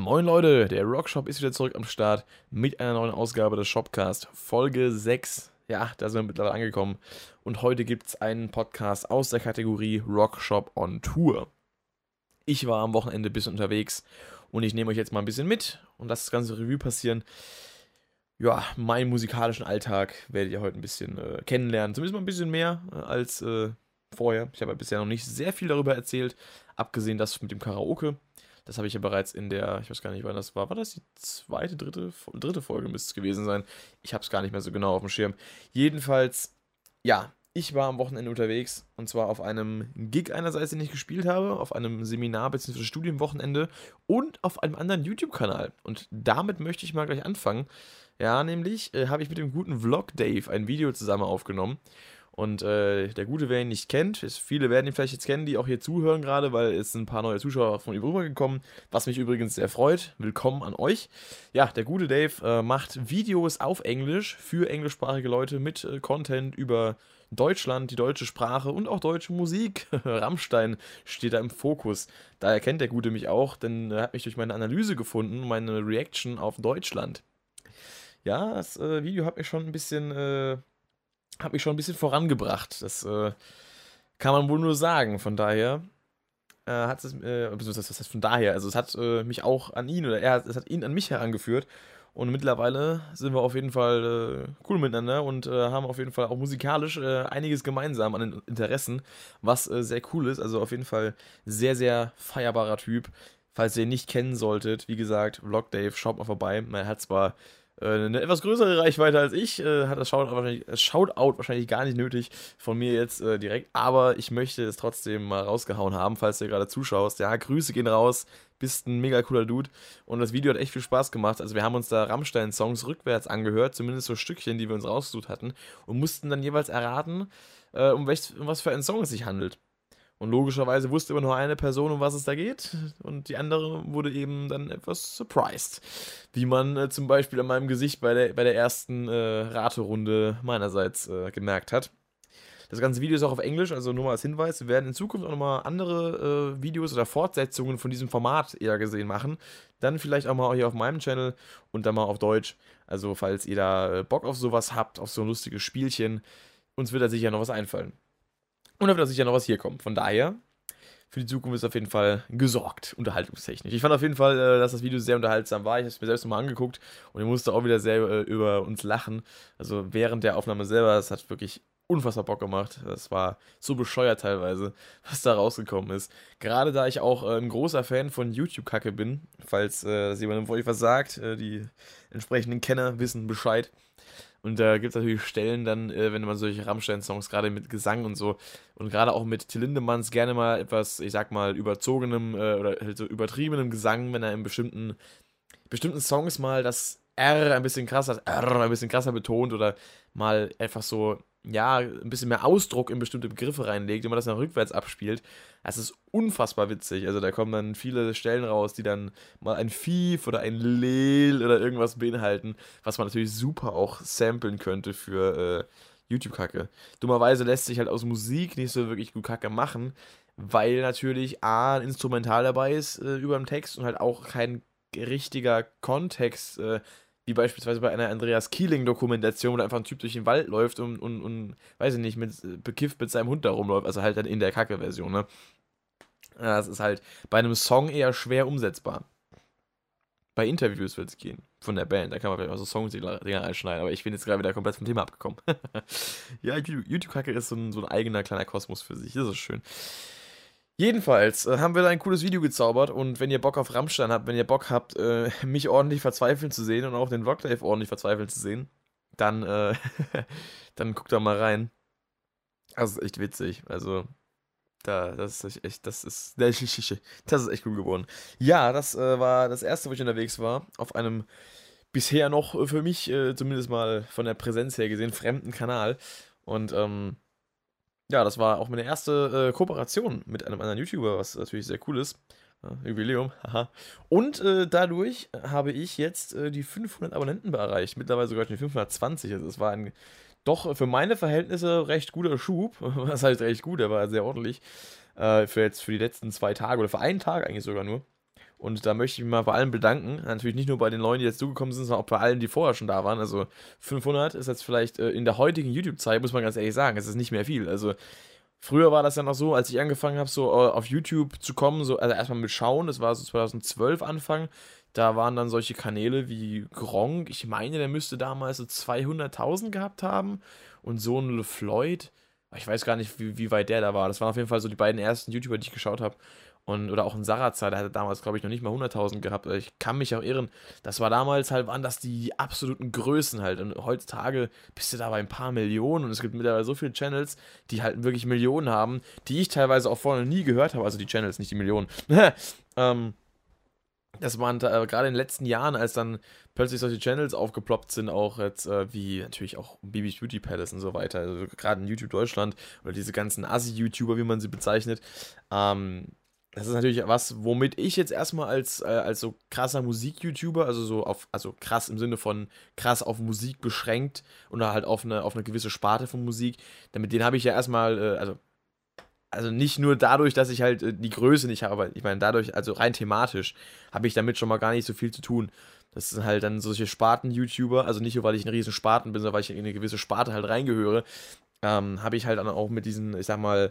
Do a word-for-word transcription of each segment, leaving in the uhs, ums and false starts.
Moin Leute, der Rockshop ist wieder zurück am Start mit einer neuen Ausgabe des Shopcast, Folge sechs. Ja, da sind wir mittlerweile angekommen. Und heute gibt es einen Podcast aus der Kategorie Rockshop on Tour. Ich war am Wochenende ein bisschen unterwegs und ich nehme euch jetzt mal ein bisschen mit und lasst das ganze Revue passieren. Ja, meinen musikalischen Alltag werdet ihr heute ein bisschen äh, kennenlernen. Zumindest mal ein bisschen mehr äh, als äh, vorher. Ich habe ja bisher noch nicht sehr viel darüber erzählt, abgesehen das mit dem Karaoke. Das habe ich ja bereits in der, ich weiß gar nicht, wann das war. War das die zweite, dritte, dritte Folge müsste es gewesen sein? Ich habe es gar nicht mehr so genau auf dem Schirm. Jedenfalls, ja, ich war am Wochenende unterwegs und zwar auf einem Gig einerseits, den ich gespielt habe, auf einem Seminar bzw. Studienwochenende und auf einem anderen YouTube-Kanal. Und damit möchte ich mal gleich anfangen. Ja, nämlich äh, habe ich mit dem guten Vlog Dave ein Video zusammen aufgenommen. Und äh, der Gute, wer ihn nicht kennt, ist, viele werden ihn vielleicht jetzt kennen, die auch hier zuhören gerade, weil es sind ein paar neue Zuschauer von ihm rübergekommen, was mich übrigens sehr freut. Willkommen an euch. Ja, der gute Dave äh, macht Videos auf Englisch für englischsprachige Leute mit äh, Content über Deutschland, die deutsche Sprache und auch deutsche Musik. Rammstein steht da im Fokus. Daher kennt der Gute mich auch, denn er hat mich durch meine Analyse gefunden, meine Reaction auf Deutschland. Ja, das äh, Video hat mich schon ein bisschen... Äh, hat mich schon ein bisschen vorangebracht. Das äh, kann man wohl nur sagen. Von daher äh, hat es, äh, beziehungsweise was heißt von daher, also es hat äh, mich auch an ihn oder er, hat- es hat ihn an mich herangeführt. Und mittlerweile sind wir auf jeden Fall äh, cool miteinander und äh, haben auf jeden Fall auch musikalisch äh, einiges gemeinsam an den Interessen, was äh, sehr cool ist. Also auf jeden Fall sehr, sehr feierbarer Typ. Falls ihr ihn nicht kennen solltet, wie gesagt, Vlog Dave, schaut mal vorbei. Er hat zwar äh, eine etwas größere Reichweite als ich, äh, hat das Shoutout wahrscheinlich, das Shoutout wahrscheinlich gar nicht nötig von mir jetzt äh, direkt, aber ich möchte es trotzdem mal rausgehauen haben, falls du gerade zuschaust. Ja, Grüße gehen raus, bist ein mega cooler Dude und das Video hat echt viel Spaß gemacht. Also wir haben uns da Rammstein-Songs rückwärts angehört, zumindest so Stückchen, die wir uns rausgesucht hatten und mussten dann jeweils erraten, äh, um, welch, um was für einen Song es sich handelt. Und logischerweise wusste immer nur eine Person, um was es da geht. Und die andere wurde eben dann etwas surprised. Wie man äh, zum Beispiel an meinem Gesicht bei der, bei der ersten äh, Raterunde meinerseits äh, gemerkt hat. Das ganze Video ist auch auf Englisch, also nur mal als Hinweis. Wir werden in Zukunft auch nochmal andere äh, Videos oder Fortsetzungen von diesem Format eher gesehen machen. Dann vielleicht auch mal hier auf meinem Channel und dann mal auf Deutsch. Also falls ihr da äh, Bock auf sowas habt, auf so ein lustiges Spielchen, uns wird da sicher noch was einfallen. Und da wird auch sicher noch was hier kommen. Von daher, für die Zukunft ist auf jeden Fall gesorgt, unterhaltungstechnisch. Ich fand auf jeden Fall, äh, dass das Video sehr unterhaltsam war. Ich habe es mir selbst nochmal angeguckt und ich musste auch wieder sehr äh, über uns lachen. Also während der Aufnahme selber, das hat wirklich unfassbar Bock gemacht. Das war so bescheuert teilweise, was da rausgekommen ist. Gerade da ich auch äh, ein großer Fan von YouTube-Kacke bin, falls äh, das jemandem von euch was sagt, äh, die entsprechenden Kenner wissen Bescheid. Und da gibt es natürlich Stellen dann, äh, wenn man solche Rammstein-Songs, gerade mit Gesang und so, und gerade auch mit Till Lindemanns gerne mal etwas, ich sag mal, überzogenem äh, oder halt so übertriebenem Gesang, wenn er in bestimmten, bestimmten Songs mal das R ein bisschen krasser, R ein bisschen krasser betont oder mal einfach so, ja, ein bisschen mehr Ausdruck in bestimmte Begriffe reinlegt und man das dann rückwärts abspielt. Das ist unfassbar witzig. Also da kommen dann viele Stellen raus, die dann mal ein Fief oder ein Lel oder irgendwas beinhalten, was man natürlich super auch samplen könnte für äh, YouTube-Kacke. Dummerweise lässt sich halt aus Musik nicht so wirklich gut Kacke machen, weil natürlich A, ein Instrumental dabei ist äh, über dem Text und halt auch kein richtiger Kontext, äh, wie beispielsweise bei einer Andreas Kieling-Dokumentation, wo einfach ein Typ durch den Wald läuft und, und, und weiß ich nicht, mit, äh, bekifft mit seinem Hund da rumläuft, also halt dann in der Kacke-Version, ne? Ja, das ist halt bei einem Song eher schwer umsetzbar. Bei Interviews wird es gehen, von der Band, da kann man vielleicht auch so Songs-Dinger reinschneiden, aber ich bin jetzt gerade wieder komplett vom Thema abgekommen. Ja, YouTube-Kacke ist so ein, so ein eigener kleiner Kosmos für sich, das ist schön. Jedenfalls äh, haben wir da ein cooles Video gezaubert und wenn ihr Bock auf Rammstein habt, wenn ihr Bock habt, äh, mich ordentlich verzweifeln zu sehen und auch den Vloglife ordentlich verzweifeln zu sehen, dann, äh, dann guckt da mal rein. Das ist echt witzig. Also, da, das ist echt, das ist, das ist echt cool geworden. Ja, das äh, war das erste, wo ich unterwegs war, auf einem bisher noch äh, für mich, äh, zumindest mal von der Präsenz her gesehen, fremden Kanal. Und, ähm, ja, das war auch meine erste äh, Kooperation mit einem anderen YouTuber, was natürlich sehr cool ist. Ja, Jubiläum, haha. Und äh, dadurch habe ich jetzt äh, die fünfhundert Abonnenten erreicht. Mittlerweile sogar schon die fünfhundertzwanzig. Also es war ein doch für meine Verhältnisse recht guter Schub. Was heißt recht gut, der war sehr ordentlich. Äh, für jetzt für die letzten zwei Tage oder für einen Tag eigentlich sogar nur. Und da möchte ich mich mal bei allen bedanken. Natürlich nicht nur bei den Leuten, die jetzt zugekommen sind, sondern auch bei allen, die vorher schon da waren. Also fünfhundert ist jetzt vielleicht äh, in der heutigen YouTube-Zeit, muss man ganz ehrlich sagen, es ist nicht mehr viel. Also früher war das ja noch so, als ich angefangen habe, so äh, auf YouTube zu kommen, so, also erstmal mit Schauen, das war so zweitausendzwölf Anfang, da waren dann solche Kanäle wie Gronkh, ich meine, der müsste damals so zweihunderttausend gehabt haben und so ein LeFloid, ich weiß gar nicht, wie, wie weit der da war, das waren auf jeden Fall so die beiden ersten YouTuber, die ich geschaut habe. Und, oder auch ein Sarazar, der hatte damals, glaube ich, noch nicht mal hunderttausend gehabt. Ich kann mich auch irren. Das war damals halt, waren das die absoluten Größen halt. Und heutzutage bist du da bei ein paar Millionen. Und es gibt mittlerweile so viele Channels, die halt wirklich Millionen haben, die ich teilweise auch vorher nie gehört habe. Also die Channels, nicht die Millionen. ähm, Das waren äh, gerade in den letzten Jahren, als dann plötzlich solche Channels aufgeploppt sind, auch jetzt äh, wie natürlich auch Bibis Beauty Palace und so weiter. Also gerade in YouTube Deutschland oder diese ganzen Assi-YouTuber, wie man sie bezeichnet. Ähm, Das ist natürlich was, womit ich jetzt erstmal als, äh, als so krasser Musik-YouTuber, also so auf, also krass im Sinne von krass auf Musik beschränkt oder halt auf eine, auf eine gewisse Sparte von Musik, damit den habe ich ja erstmal, äh, also, also nicht nur dadurch, dass ich halt äh, die Größe nicht habe, aber ich meine dadurch, also rein thematisch, habe ich damit schon mal gar nicht so viel zu tun. Das sind halt dann solche Sparten-YouTuber, also nicht nur, weil ich ein riesen Sparten bin, sondern weil ich in eine gewisse Sparte halt reingehöre, ähm, habe ich halt dann auch mit diesen, ich sag mal,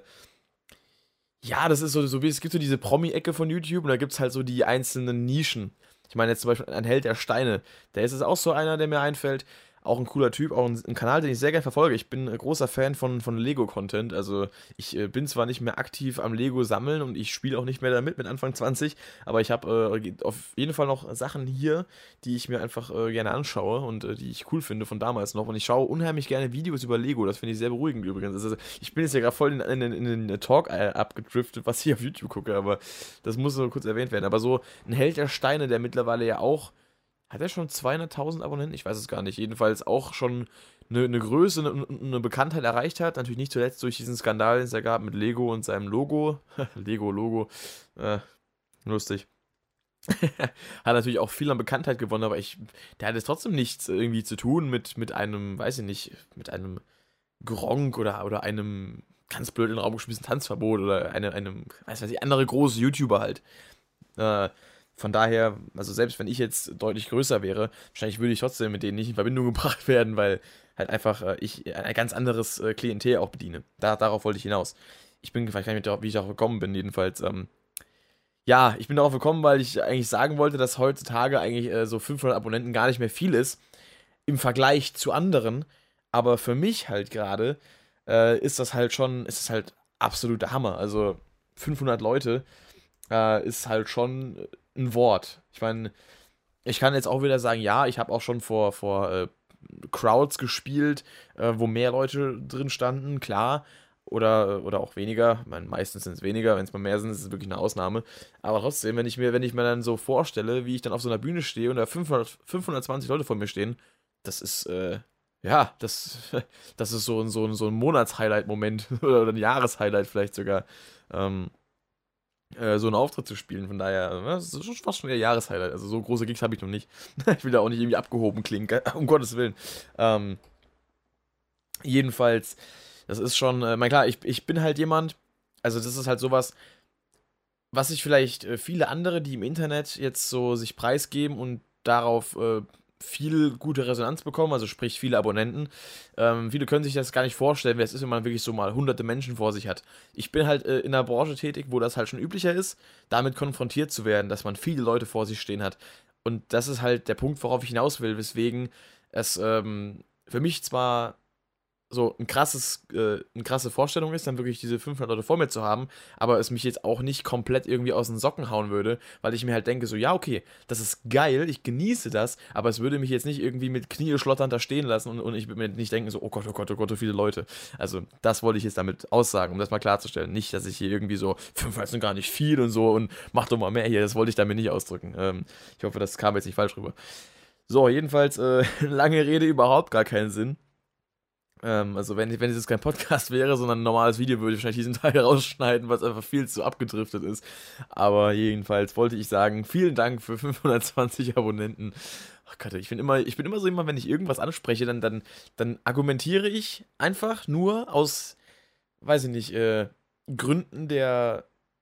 ja, das ist so, so wie es gibt so diese Promi-Ecke von YouTube und da gibt es halt so die einzelnen Nischen. Ich meine jetzt zum Beispiel ein Held der Steine. Der ist es auch so einer, der mir einfällt. Auch ein cooler Typ, auch ein, ein Kanal, den ich sehr gerne verfolge. Ich bin ein großer Fan von, von Lego-Content. Also ich äh, bin zwar nicht mehr aktiv am Lego sammeln und ich spiele auch nicht mehr damit mit Anfang zwanzig, aber ich habe äh, auf jeden Fall noch Sachen hier, die ich mir einfach äh, gerne anschaue und äh, die ich cool finde von damals noch. Und ich schaue unheimlich gerne Videos über Lego. Das finde ich sehr beruhigend übrigens. Also ich bin jetzt ja gerade voll in, in, in, in den Talk äh, abgedriftet, was ich auf YouTube gucke, aber das muss so kurz erwähnt werden. Aber so ein Held der Steine, der mittlerweile ja auch hat er schon zweihunderttausend Abonnenten? Ich weiß es gar nicht. Jedenfalls auch schon eine, eine Größe, eine, eine Bekanntheit erreicht hat. Natürlich nicht zuletzt durch diesen Skandal, den es da gab mit Lego und seinem Logo. Lego-Logo. Äh, lustig. Hat natürlich auch viel an Bekanntheit gewonnen, aber ich, der hat jetzt trotzdem nichts irgendwie zu tun mit, mit einem, weiß ich nicht, mit einem Gronkh oder, oder einem ganz blöd in den Raum geschmissen Tanzverbot oder eine, einem, weiß was ich, andere große YouTuber halt. Äh, von daher, also selbst wenn ich jetzt deutlich größer wäre, wahrscheinlich würde ich trotzdem mit denen nicht in Verbindung gebracht werden, weil halt einfach äh, ich ein ganz anderes äh, Klientel auch bediene. Da, darauf wollte ich hinaus. Ich bin, ich weiß gar nicht, wie ich darauf gekommen bin, jedenfalls. Ähm, ja, ich bin darauf gekommen, weil ich eigentlich sagen wollte, dass heutzutage eigentlich äh, so fünfhundert Abonnenten gar nicht mehr viel ist im Vergleich zu anderen. Aber für mich halt gerade äh, ist das halt schon, ist das halt absoluter Hammer. Also fünfhundert Leute äh, ist halt schon ein Wort. Ich meine, ich kann jetzt auch wieder sagen, ja, ich habe auch schon vor, vor äh, Crowds gespielt, äh, wo mehr Leute drin standen, klar. Oder, oder auch weniger. Ich meine, meistens sind es weniger, wenn es mal mehr sind, ist es wirklich eine Ausnahme. Aber trotzdem, wenn ich mir, wenn ich mir dann so vorstelle, wie ich dann auf so einer Bühne stehe und da fünfhundert, fünfhundertzwanzig Leute vor mir stehen, das ist, äh, ja, das, das ist so, ein- so, ein- so ein Monats-Highlight-Moment oder ein Jahres-Highlight vielleicht sogar. Ähm, äh, so einen Auftritt zu spielen. Von daher, äh, das ist schon fast schon der Jahreshighlight. Also so große Gigs habe ich noch nicht. Ich will da auch nicht irgendwie abgehoben klingen, um Gottes Willen. Ähm, jedenfalls, das ist schon, äh, mein klar, ich, ich bin halt jemand, also das ist halt sowas, was sich vielleicht äh, viele andere, die im Internet jetzt so sich preisgeben und darauf äh, viel gute Resonanz bekommen, also sprich viele Abonnenten. Ähm, viele können sich das gar nicht vorstellen, wie es ist, wenn man wirklich so mal hunderte Menschen vor sich hat. Ich bin halt äh, in einer Branche tätig, wo das halt schon üblicher ist, damit konfrontiert zu werden, dass man viele Leute vor sich stehen hat. Und das ist halt der Punkt, worauf ich hinaus will, weswegen es ähm, für mich zwar so ein krasses, äh, eine krasse Vorstellung ist, dann wirklich diese fünfhundert Leute vor mir zu haben, aber es mich jetzt auch nicht komplett irgendwie aus den Socken hauen würde, weil ich mir halt denke, so, ja, okay, das ist geil, ich genieße das, aber es würde mich jetzt nicht irgendwie mit Knie schlotternd da stehen lassen und, und ich würde mir nicht denken, so, oh Gott, oh Gott, oh Gott, so viele Leute. Also, das wollte ich jetzt damit aussagen, um das mal klarzustellen. Nicht, dass ich hier irgendwie so, fünfhundert sind gar nicht viel und so und mach doch mal mehr hier, das wollte ich damit nicht ausdrücken. Ähm, ich hoffe, das kam jetzt nicht falsch rüber. So, jedenfalls, äh, lange Rede, überhaupt gar keinen Sinn. Ähm, also wenn, wenn es jetzt kein Podcast wäre, sondern ein normales Video, würde ich wahrscheinlich diesen Teil rausschneiden, was einfach viel zu abgedriftet ist. Aber jedenfalls wollte ich sagen, vielen Dank für fünfhundertzwanzig Abonnenten. Ach Gott, ich bin immer, ich bin immer so jemand, wenn ich irgendwas anspreche, dann, dann, dann argumentiere ich einfach nur aus, weiß ich nicht, äh, Gründen der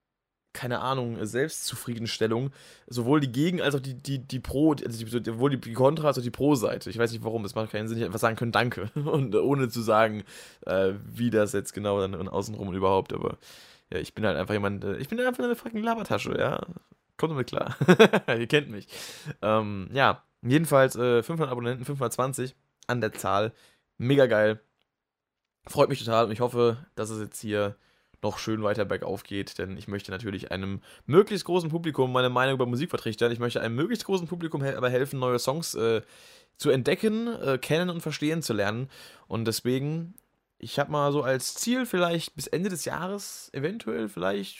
keine Ahnung, Selbstzufriedenstellung, sowohl die Gegen- als auch die, die, die Pro, also die, sowohl die Kontra- als auch die Pro-Seite. Ich weiß nicht warum, es macht keinen Sinn, ich hätte einfach sagen können, danke. Und ohne zu sagen, äh, wie das jetzt genau dann und außenrum und überhaupt, aber ja, ich bin halt einfach jemand, äh, ich bin einfach eine fucking Labertasche, ja. Kommt damit klar. Ihr kennt mich. Ähm, ja, jedenfalls äh, fünfhundert Abonnenten, fünfhundertzwanzig an der Zahl. Mega geil. Freut mich total und ich hoffe, dass es jetzt hier noch schön weiter bergauf geht, denn ich möchte natürlich einem möglichst großen Publikum meine Meinung über Musik vertrichtern. Ich möchte einem möglichst großen Publikum hel aber helfen, neue Songs äh, zu entdecken, äh, kennen und verstehen zu lernen. Und deswegen, ich habe mal so als Ziel vielleicht bis Ende des Jahres, eventuell vielleicht,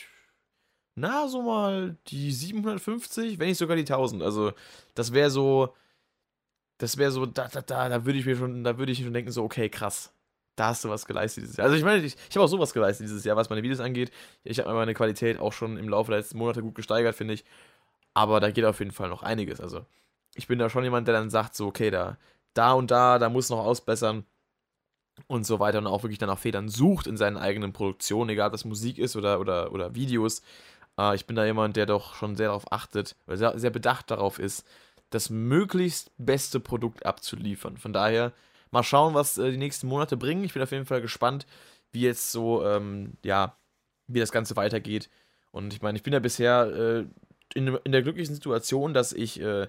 na, so mal die siebenhundertfünfzig, wenn nicht sogar die tausend. Also, das wäre so, das wäre so, da, da, da, da würde ich mir schon, da würde ich schon denken, so, okay, krass. Da hast du was geleistet dieses Jahr. Also ich meine, ich, ich habe auch sowas geleistet dieses Jahr, was meine Videos angeht. Ich habe meine Qualität auch schon im Laufe der letzten Monate gut gesteigert, finde ich. Aber da geht auf jeden Fall noch einiges. Also ich bin da schon jemand, der dann sagt, so, okay, da, da und da, da muss noch ausbessern und so weiter und auch wirklich dann nach Federn sucht in seinen eigenen Produktionen, egal ob das Musik ist oder, oder, oder Videos. Äh, ich bin da jemand, der doch schon sehr darauf achtet, oder sehr, sehr bedacht darauf ist, das möglichst beste Produkt abzuliefern. Von daher, mal schauen, was äh, die nächsten Monate bringen. Ich bin auf jeden Fall gespannt, wie jetzt so, ähm, ja, wie das Ganze weitergeht. Und ich meine, ich bin ja bisher äh, in, in der glücklichen Situation, dass ich äh,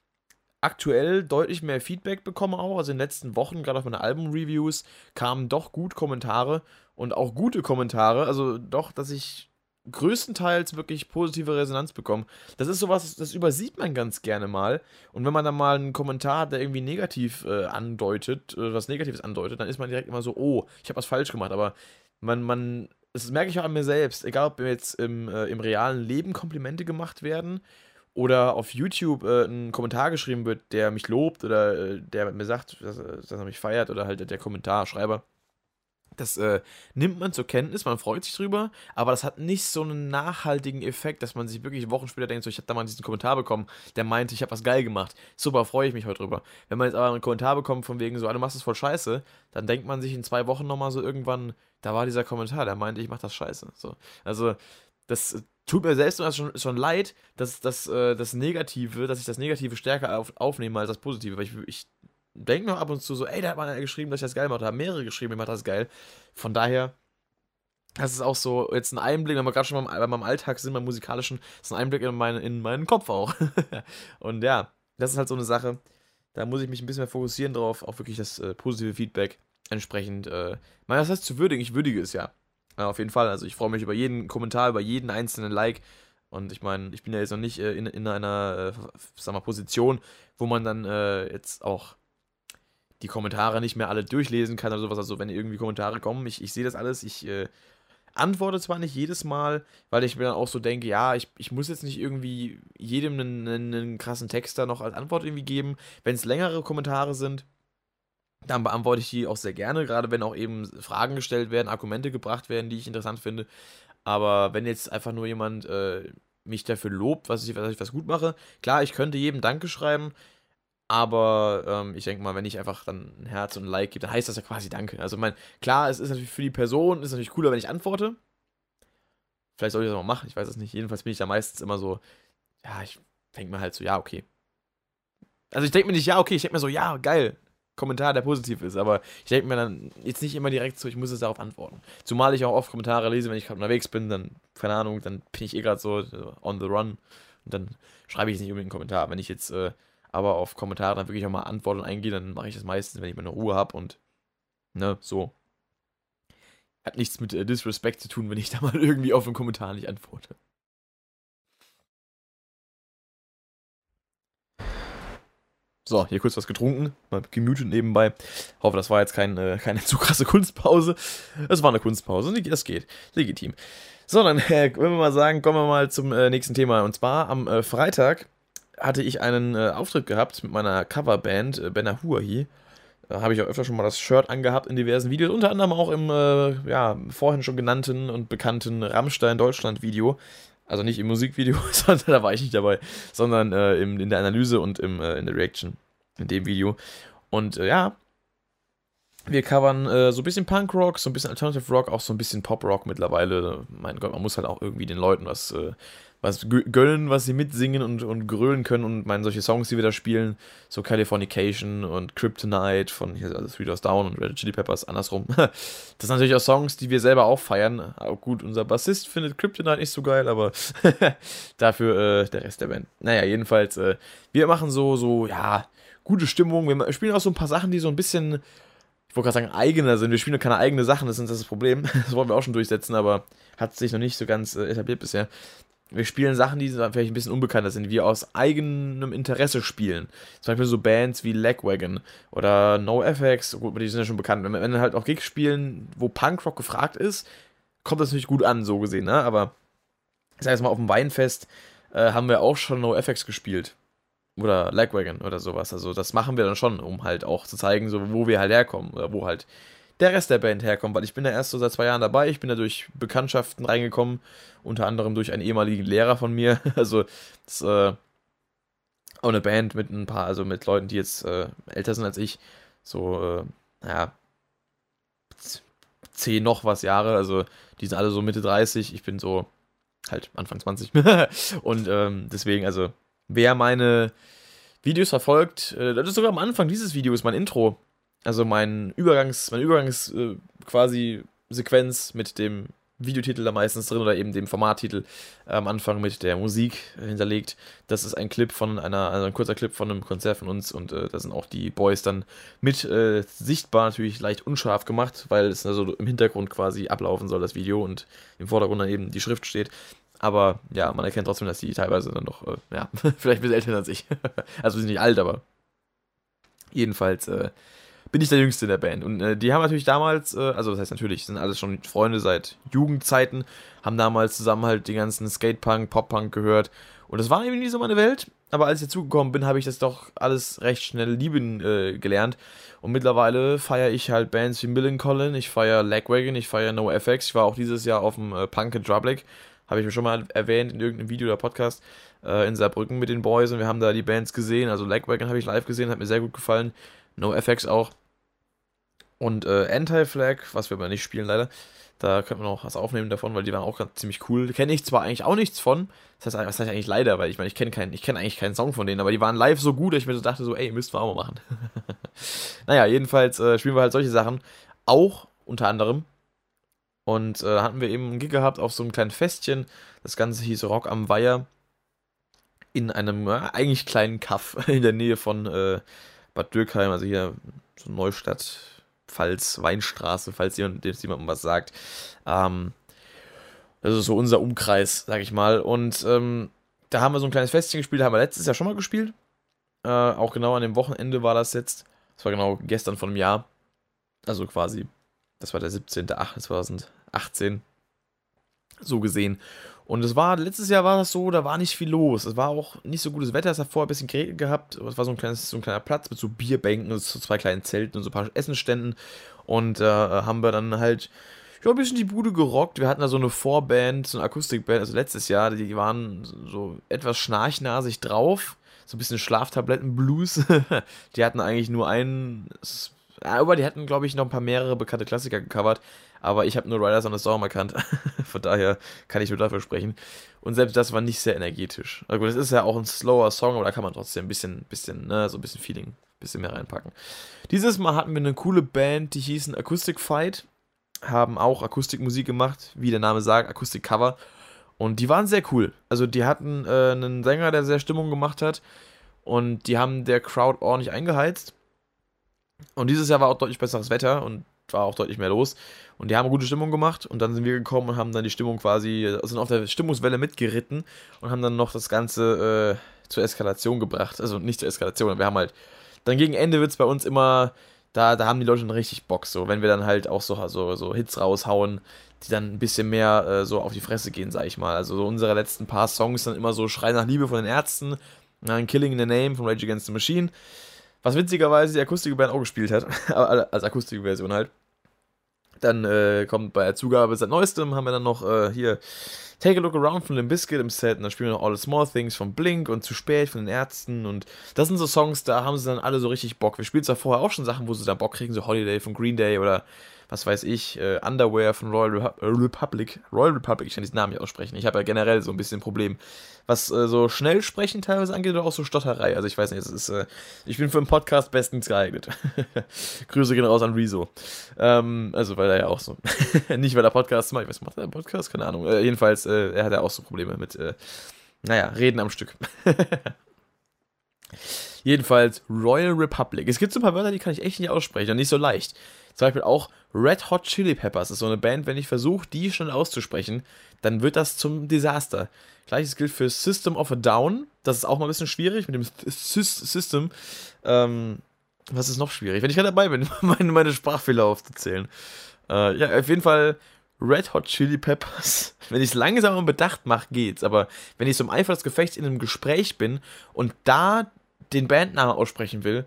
aktuell deutlich mehr Feedback bekomme auch. Also in den letzten Wochen, gerade auf meine Album-Reviews, kamen doch gut Kommentare und auch gute Kommentare. Also doch, dass ich größtenteils wirklich positive Resonanz bekomme. Das ist sowas, das übersieht man ganz gerne mal. Und wenn man dann mal einen Kommentar hat, der irgendwie negativ äh, andeutet, äh, was Negatives andeutet, dann ist man direkt immer so, oh, ich habe was falsch gemacht. Aber man, man, das merke ich auch an mir selbst, egal ob mir jetzt im, äh, im realen Leben Komplimente gemacht werden oder auf YouTube äh, ein Kommentar geschrieben wird, der mich lobt oder äh, der mir sagt, dass, dass er mich feiert oder halt der Kommentarschreiber. Das äh, nimmt man zur Kenntnis, man freut sich drüber, aber das hat nicht so einen nachhaltigen Effekt, dass man sich wirklich Wochen später denkt, so, ich habe da mal diesen Kommentar bekommen, der meinte, ich habe was geil gemacht. Super, freue ich mich heute drüber. Wenn man jetzt aber einen Kommentar bekommt von wegen so, ah, du machst das voll scheiße, dann denkt man sich in zwei Wochen nochmal so irgendwann, da war dieser Kommentar, der meinte, ich mach das scheiße. So. Also, das äh, tut mir selbst schon, schon leid, dass, dass äh, das Negative, dass ich das Negative stärker auf, aufnehme als das Positive, weil ich, ich denke mir ab und zu so, ey, da hat mal geschrieben, dass ich das geil mache, da haben mehrere geschrieben, ich mache das geil. Von daher, das ist auch so jetzt ein Einblick, wenn wir gerade schon beim, bei meinem Alltag sind, beim musikalischen, das ist ein Einblick in, meine, in meinen Kopf auch. Und ja, das ist halt so eine Sache, da muss ich mich ein bisschen mehr fokussieren drauf, auch wirklich das äh, positive Feedback entsprechend, äh, mein, das heißt zu würdigen, ich würdige es ja. Ja, auf jeden Fall, also ich freue mich über jeden Kommentar, über jeden einzelnen Like. Und ich meine, ich bin ja jetzt noch nicht äh, in, in einer, äh, sag mal, Position, wo man dann äh, jetzt auch die Kommentare nicht mehr alle durchlesen kann oder sowas. Also wenn irgendwie Kommentare kommen, ich, ich sehe das alles, ich äh, antworte zwar nicht jedes Mal, weil ich mir dann auch so denke, ja, ich, ich muss jetzt nicht irgendwie jedem einen, einen, einen krassen Text da noch als Antwort irgendwie geben. Wenn es längere Kommentare sind, dann beantworte ich die auch sehr gerne, gerade wenn auch eben Fragen gestellt werden, Argumente gebracht werden, die ich interessant finde. Aber wenn jetzt einfach nur jemand äh, mich dafür lobt, was ich, was ich was gut mache, klar, ich könnte jedem Danke schreiben, aber ähm, ich denke mal, wenn ich einfach dann ein Herz und ein Like gebe, dann heißt das ja quasi Danke. Also, mein, klar, es ist natürlich für die Person, ist natürlich cooler, wenn ich antworte. Vielleicht soll ich das mal machen, ich weiß es nicht. Jedenfalls bin ich da meistens immer so, ja, ich denke mir halt so, ja, okay. Also, ich denke mir nicht, ja, okay, ich denke mir so, ja, geil. Kommentar, der positiv ist, aber ich denke mir dann jetzt nicht immer direkt so, ich muss jetzt darauf antworten. Zumal ich auch oft Kommentare lese, wenn ich gerade unterwegs bin, dann, keine Ahnung, dann bin ich eh gerade so äh, on the run und dann schreibe ich nicht unbedingt einen Kommentar. Wenn ich jetzt äh, aber auf Kommentare dann wirklich auch mal antworten und eingehe, dann mache ich das meistens, wenn ich meine Ruhe habe und, ne, so. Hat nichts mit äh, Disrespect zu tun, wenn ich da mal irgendwie auf einen Kommentar nicht antworte. So, hier kurz was getrunken, mal gemutet nebenbei. Hoffe, das war jetzt kein, äh, keine zu krasse Kunstpause. Es war eine Kunstpause, das geht, legitim. So, dann äh, wollen wir mal sagen, kommen wir mal zum äh, nächsten Thema. Und zwar am äh, Freitag hatte ich einen äh, Auftritt gehabt mit meiner Coverband äh, Benahuahi. Da habe ich auch öfter schon mal das Shirt angehabt in diversen Videos, unter anderem auch im äh, ja, vorhin schon genannten und bekannten Rammstein Deutschland Video. Also nicht im Musikvideo, sondern da war ich nicht dabei, sondern äh, im, in der Analyse und im, äh, in der Reaction in dem Video. Und äh, ja, Wir covern äh, so ein bisschen Punkrock, so ein bisschen Alternative Rock, auch so ein bisschen Pop-Rock mittlerweile. Mein Gott, man muss halt auch irgendwie den Leuten was, äh, was gö- gönnen, was sie mitsingen und, und grölen können. Und meine, solche Songs, die wir da spielen, so Californication und Kryptonite von hier, also Three Doors Down und Red Hot Chili Peppers, andersrum. Das sind natürlich auch Songs, die wir selber auch feiern. Aber gut, unser Bassist findet Kryptonite nicht so geil, aber dafür äh, der Rest der Band. Naja, jedenfalls, äh, wir machen so, so, ja, gute Stimmung. Wir spielen auch so ein paar Sachen, die so ein bisschen, ich wollte gerade sagen, eigener sind. Wir spielen ja keine eigenen Sachen, das ist das Problem. Das wollen wir auch schon durchsetzen, aber hat sich noch nicht so ganz äh, etabliert bisher. Wir spielen Sachen, die vielleicht ein bisschen unbekannter sind, die wir aus eigenem Interesse spielen. Zum Beispiel so Bands wie Lagwagon oder NoFX, gut, die sind ja schon bekannt. Wenn wir wenn wir halt auch Gigs spielen, wo Punkrock gefragt ist, kommt das natürlich gut an, so gesehen, ne? Aber ich sag jetzt mal, auf dem Weinfest äh, haben wir auch schon NoFX gespielt. Oder Lagwagon oder sowas. Also das machen wir dann schon, um halt auch zu zeigen, so wo wir halt herkommen. Oder wo halt der Rest der Band herkommt. Weil ich bin ja erst so seit zwei Jahren dabei. Ich bin da durch Bekanntschaften reingekommen. Unter anderem durch einen ehemaligen Lehrer von mir. Also das ist äh, auch eine Band mit ein paar, also mit Leuten, die jetzt äh, älter sind als ich. So, äh, naja, zehn noch was Jahre. Also die sind alle so Mitte dreißig. Ich bin so halt Anfang zwanzig. Und ähm, deswegen, also wer meine Videos verfolgt, äh, das ist sogar am Anfang dieses Videos mein Intro. Also mein Übergangs, meine Übergangs äh, quasi Sequenz mit dem Videotitel da meistens drin oder eben dem Formattitel äh, am Anfang mit der Musik äh, hinterlegt. Das ist ein Clip von einer, also ein kurzer Clip von einem Konzert von uns und äh, da sind auch die Boys dann mit äh, sichtbar, natürlich leicht unscharf gemacht, weil es also im Hintergrund quasi ablaufen soll, das Video, und im Vordergrund dann eben die Schrift steht. Aber ja, man erkennt trotzdem, dass die teilweise dann doch, äh, ja, vielleicht ein bisschen älter als ich. Also sie sind nicht alt, aber jedenfalls äh, bin ich der Jüngste in der Band. Und äh, die haben natürlich damals, äh, also das heißt natürlich, sind alles schon Freunde seit Jugendzeiten, haben damals zusammen halt den ganzen Skatepunk, Poppunk gehört. Und das war irgendwie nie so meine Welt. Aber als ich dazugekommen bin, habe ich das doch alles recht schnell lieben äh, gelernt. Und mittlerweile feiere ich halt Bands wie Millencolin, ich feiere Lagwagon, ich feiere NoFX. Ich war auch dieses Jahr auf dem äh, Punk in Drublic. Habe ich mir schon mal erwähnt in irgendeinem Video oder Podcast, äh, in Saarbrücken mit den Boys, und wir haben da die Bands gesehen. Also Lagwagon habe ich live gesehen, hat mir sehr gut gefallen. NoFX auch. Und äh, Anti-Flag, was wir aber nicht spielen leider, da könnten wir noch was aufnehmen davon, weil die waren auch ganz ziemlich cool. Kenne ich zwar eigentlich auch nichts von, das heißt, was heißt eigentlich leider, weil ich meine, ich kenne keinen, ich kenne eigentlich keinen Song von denen, aber die waren live so gut, dass ich mir so dachte, so, ey, müssten wir auch mal machen. Naja, jedenfalls äh, spielen wir halt solche Sachen, auch unter anderem. Und äh, hatten wir eben einen Gig gehabt auf so einem kleinen Festchen. Das Ganze hieß Rock am Weiher. In einem äh, eigentlich kleinen Kaff in der Nähe von äh, Bad Dürkheim, also hier so Neustadt, Pfalz, Weinstraße, falls jemand, dem jemandem was sagt. Ähm, das ist so unser Umkreis, sag ich mal. Und ähm, da haben wir so ein kleines Festchen gespielt, haben wir letztes Jahr schon mal gespielt. Äh, auch genau an dem Wochenende war das jetzt. Das war genau gestern von einem Jahr. Also quasi, das war der siebzehnter achter zweitausendachtzehn, so gesehen. Und es war, letztes Jahr war das so, da war nicht viel los. Es war auch nicht so gutes Wetter, es hat vorher ein bisschen geregnet gehabt. Es war so ein, kleines, so ein kleiner Platz mit so Bierbänken und so zwei kleinen Zelten und so ein paar Essenständen. Und da äh, haben wir dann halt, ja, ein bisschen die Bude gerockt. Wir hatten da so eine Vorband, so eine Akustikband, also letztes Jahr, die waren so etwas schnarchnasig drauf. So ein bisschen Schlaftabletten-Blues. Die hatten eigentlich nur einen, ja, aber die hatten, glaube ich, noch ein paar mehrere bekannte Klassiker gecovert. Aber ich habe nur Riders on the Storm erkannt. Von daher kann ich nur dafür sprechen. Und selbst das war nicht sehr energetisch. Also gut, das ist ja auch ein slower Song, aber da kann man trotzdem ein bisschen, bisschen, ne, so ein bisschen Feeling, ein bisschen mehr reinpacken. Dieses Mal hatten wir eine coole Band, die hießen Acoustic Fight. Haben auch Akustikmusik gemacht, wie der Name sagt, Akustikcover. Und die waren sehr cool. Also die hatten äh, einen Sänger, der sehr Stimmung gemacht hat. Und die haben der Crowd ordentlich eingeheizt. Und dieses Jahr war auch deutlich besseres Wetter und war auch deutlich mehr los. Und die haben eine gute Stimmung gemacht. Und dann sind wir gekommen und haben dann die Stimmung quasi, sind auf der Stimmungswelle mitgeritten und haben dann noch das Ganze äh, zur Eskalation gebracht. Also nicht zur Eskalation, aber wir haben halt, dann gegen Ende wird es bei uns immer, da, da haben die Leute schon richtig Bock, so, wenn wir dann halt auch so, so, so Hits raushauen, die dann ein bisschen mehr äh, so auf die Fresse gehen, sag ich mal. Also so unsere letzten paar Songs dann immer so Schrei nach Liebe von den Ärzten, dann Killing in the Name von Rage Against the Machine, was witzigerweise die Akustikband auch gespielt hat, als Akustikversion halt. Dann äh, kommt bei der Zugabe seit Neuestem, haben wir dann noch äh, hier Take a Look Around von Limp Bizkit im Set. Und dann spielen wir noch All the Small Things von Blink und Zu spät von den Ärzten. Und das sind so Songs, da haben sie dann alle so richtig Bock. Wir spielen zwar vorher auch schon Sachen, wo sie dann Bock kriegen, so Holiday von Green Day oder was weiß ich, äh, Underwear von Royal Repu- äh, Republic. Royal Republic, ich kann diesen Namen nicht aussprechen. Ich habe ja generell so ein bisschen ein Problem, was äh, so schnell sprechen teilweise angeht oder auch so Stotterei. Also ich weiß nicht, es ist, äh, ich bin für einen Podcast bestens geeignet. Grüße gehen raus an Rezo. Ähm, also weil er ja auch so, nicht weil er Podcasts macht, ich weiß, macht er einen Podcast? Keine Ahnung. Äh, jedenfalls, äh, er hat ja auch so Probleme mit, äh, naja, Reden am Stück. Jedenfalls Royal Republic. Es gibt so ein paar Wörter, die kann ich echt nicht aussprechen und nicht so leicht. Zum Beispiel auch Red Hot Chili Peppers. Das ist so eine Band, wenn ich versuche, die schnell auszusprechen, dann wird das zum Desaster. Gleiches gilt für System of a Down. Das ist auch mal ein bisschen schwierig mit dem Sys- System. Ähm, was ist noch schwierig? Wenn ich gerade dabei bin, meine, meine Sprachfehler aufzuzählen. Äh, ja, auf jeden Fall Red Hot Chili Peppers. Wenn ich es langsam und bedacht mache, geht's. Aber wenn ich so im Eifer des Gefechts in einem Gespräch bin und da den Bandnamen aussprechen will,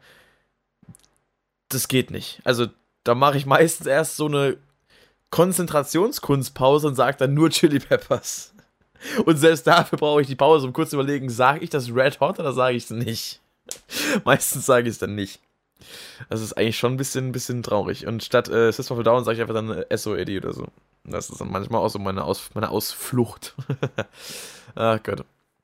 das geht nicht. Also da mache ich meistens erst so eine Konzentrationskunstpause und sage dann nur Chili Peppers. Und selbst dafür brauche ich die Pause, um kurz zu überlegen, sage ich das Red Hot oder sage ich es nicht? Meistens sage ich es dann nicht. Das ist eigentlich schon ein bisschen, ein bisschen traurig. Und statt äh, System of a Down sage ich einfach dann äh, S O E D oder so. Das ist dann manchmal auch so meine, Aus, meine Ausflucht. Ach Gott.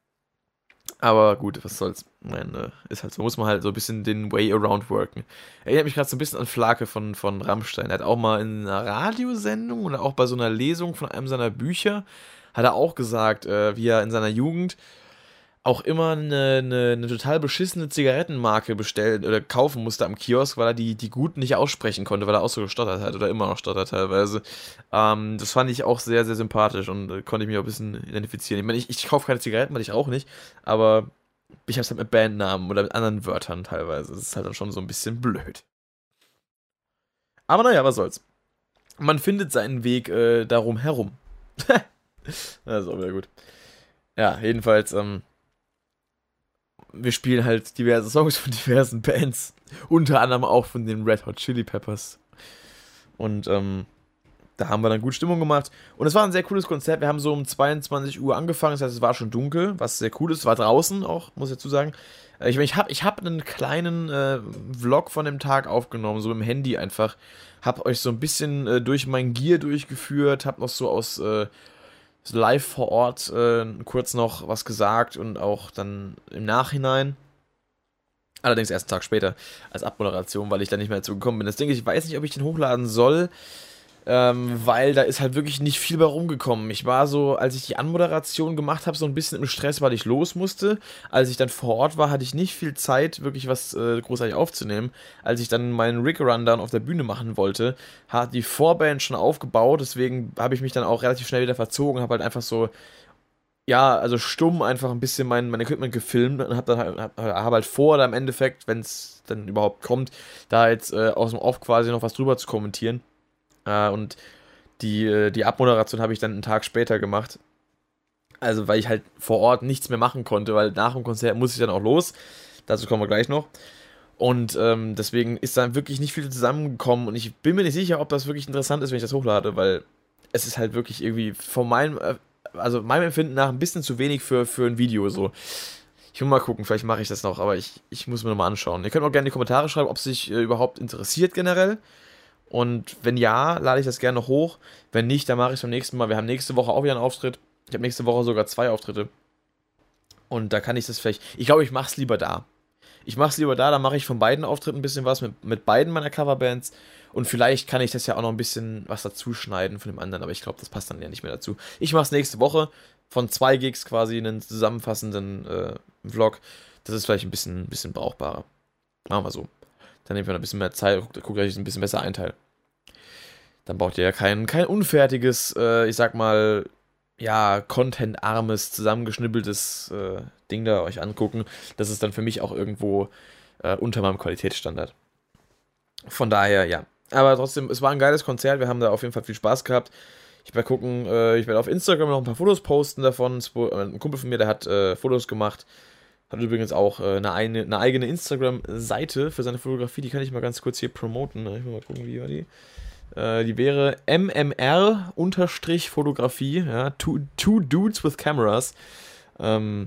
Aber gut, was soll's. Nein, äh, ist halt so. Muss man halt so ein bisschen den Way around worken. Erinnert mich gerade so ein bisschen an Flake von, von Rammstein. Er hat auch mal in einer Radiosendung oder auch bei so einer Lesung von einem seiner Bücher, hat er auch gesagt, äh, wie er in seiner Jugend auch immer eine, eine, eine total beschissene Zigarettenmarke bestellen oder kaufen musste am Kiosk, weil er die, die guten nicht aussprechen konnte, weil er auch so gestottert hat oder immer noch stottert teilweise. Ähm, das fand ich auch sehr, sehr sympathisch und äh, konnte ich mich auch ein bisschen identifizieren. Ich meine, ich, ich kaufe keine Zigaretten, weil ich auch nicht, aber ich habe es halt mit Bandnamen oder mit anderen Wörtern teilweise. Das ist halt dann schon so ein bisschen blöd. Aber naja, was soll's. Man findet seinen Weg äh, darum herum. Das ist auch wieder gut. Ja, jedenfalls, ähm, wir spielen halt diverse Songs von diversen Bands. Unter anderem auch von den Red Hot Chili Peppers. Und ähm, da haben wir dann gut Stimmung gemacht. Und es war ein sehr cooles Konzert. Wir haben so um zweiundzwanzig Uhr angefangen. Das heißt, es war schon dunkel, was sehr cool ist. Es war draußen auch, muss ich dazu sagen. Äh, Ich, ich habe ich hab einen kleinen äh, Vlog von dem Tag aufgenommen, so im Handy einfach. Hab euch so ein bisschen äh, durch mein Gear durchgeführt. Hab noch so aus äh, live vor Ort äh, kurz noch was gesagt und auch dann im Nachhinein. Allerdings erst einen Tag später als Abmoderation, weil ich da nicht mehr dazu gekommen bin. Das Ding ist, ich weiß nicht, ob ich den hochladen soll, ähm, weil da ist halt wirklich nicht viel bei rumgekommen. Ich war so, als ich die Anmoderation gemacht habe, so ein bisschen im Stress, weil ich los musste. Als ich dann vor Ort war, hatte ich nicht viel Zeit, wirklich was äh, großartig aufzunehmen. Als ich dann meinen Rig-Rundown auf der Bühne machen wollte, hat die Vorband schon aufgebaut. Deswegen habe ich mich dann auch relativ schnell wieder verzogen, habe halt einfach so, ja, also stumm einfach ein bisschen mein, mein Equipment gefilmt und habe dann halt, hab, hab halt vor, da im Endeffekt, wenn es dann überhaupt kommt, da jetzt äh, aus dem Off quasi noch was drüber zu kommentieren. Äh, und die, äh, die Abmoderation habe ich dann einen Tag später gemacht. Also, weil ich halt vor Ort nichts mehr machen konnte, weil nach dem Konzert muss ich dann auch los. Dazu kommen wir gleich noch. Und ähm, deswegen ist da wirklich nicht viel zusammengekommen und ich bin mir nicht sicher, ob das wirklich interessant ist, wenn ich das hochlade, weil es ist halt wirklich irgendwie von meinem, äh, also meinem Empfinden nach ein bisschen zu wenig für, für ein Video so. Ich muss mal gucken, vielleicht mache ich das noch, aber ich, ich muss mir nochmal anschauen. Ihr könnt auch gerne in die Kommentare schreiben, ob es sich äh, überhaupt interessiert generell. Und wenn ja, lade ich das gerne noch hoch. Wenn nicht, dann mache ich es beim nächsten Mal. Wir haben nächste Woche auch wieder einen Auftritt. Ich habe nächste Woche sogar zwei Auftritte. Und da kann ich das vielleicht. Ich glaube, ich mache es lieber da. Ich mache es lieber da, da mache ich von beiden Auftritten ein bisschen was, mit, mit beiden meiner Coverbands. Und vielleicht kann ich das ja auch noch ein bisschen was dazu schneiden von dem anderen, aber ich glaube, das passt dann ja nicht mehr dazu. Ich mache es nächste Woche von zwei Gigs quasi einen zusammenfassenden äh, Vlog. Das ist vielleicht ein bisschen, ein bisschen brauchbarer. Machen wir so. Dann nehmt ihr noch ein bisschen mehr Zeit, guckt, guckt, dass ich es ein bisschen besser einteile. Dann braucht ihr ja kein, kein unfertiges, äh, ich sag mal, ja, contentarmes, zusammengeschnippeltes äh, Ding da euch angucken. Das ist dann für mich auch irgendwo äh, unter meinem Qualitätsstandard. Von daher, ja. Aber trotzdem, es war ein geiles Konzert. Wir haben da auf jeden Fall viel Spaß gehabt. Ich werde gucken, äh, ich werde auf Instagram noch ein paar Fotos posten davon. Ein Kumpel von mir, der hat äh, Fotos gemacht. Hat übrigens auch äh, eine, eine, eine eigene Instagram-Seite für seine Fotografie. Die kann ich mal ganz kurz hier promoten. Ich will mal gucken, wie war die? Äh, die wäre M M R-Fotografie, ja, two, two Dudes with Cameras. Ähm,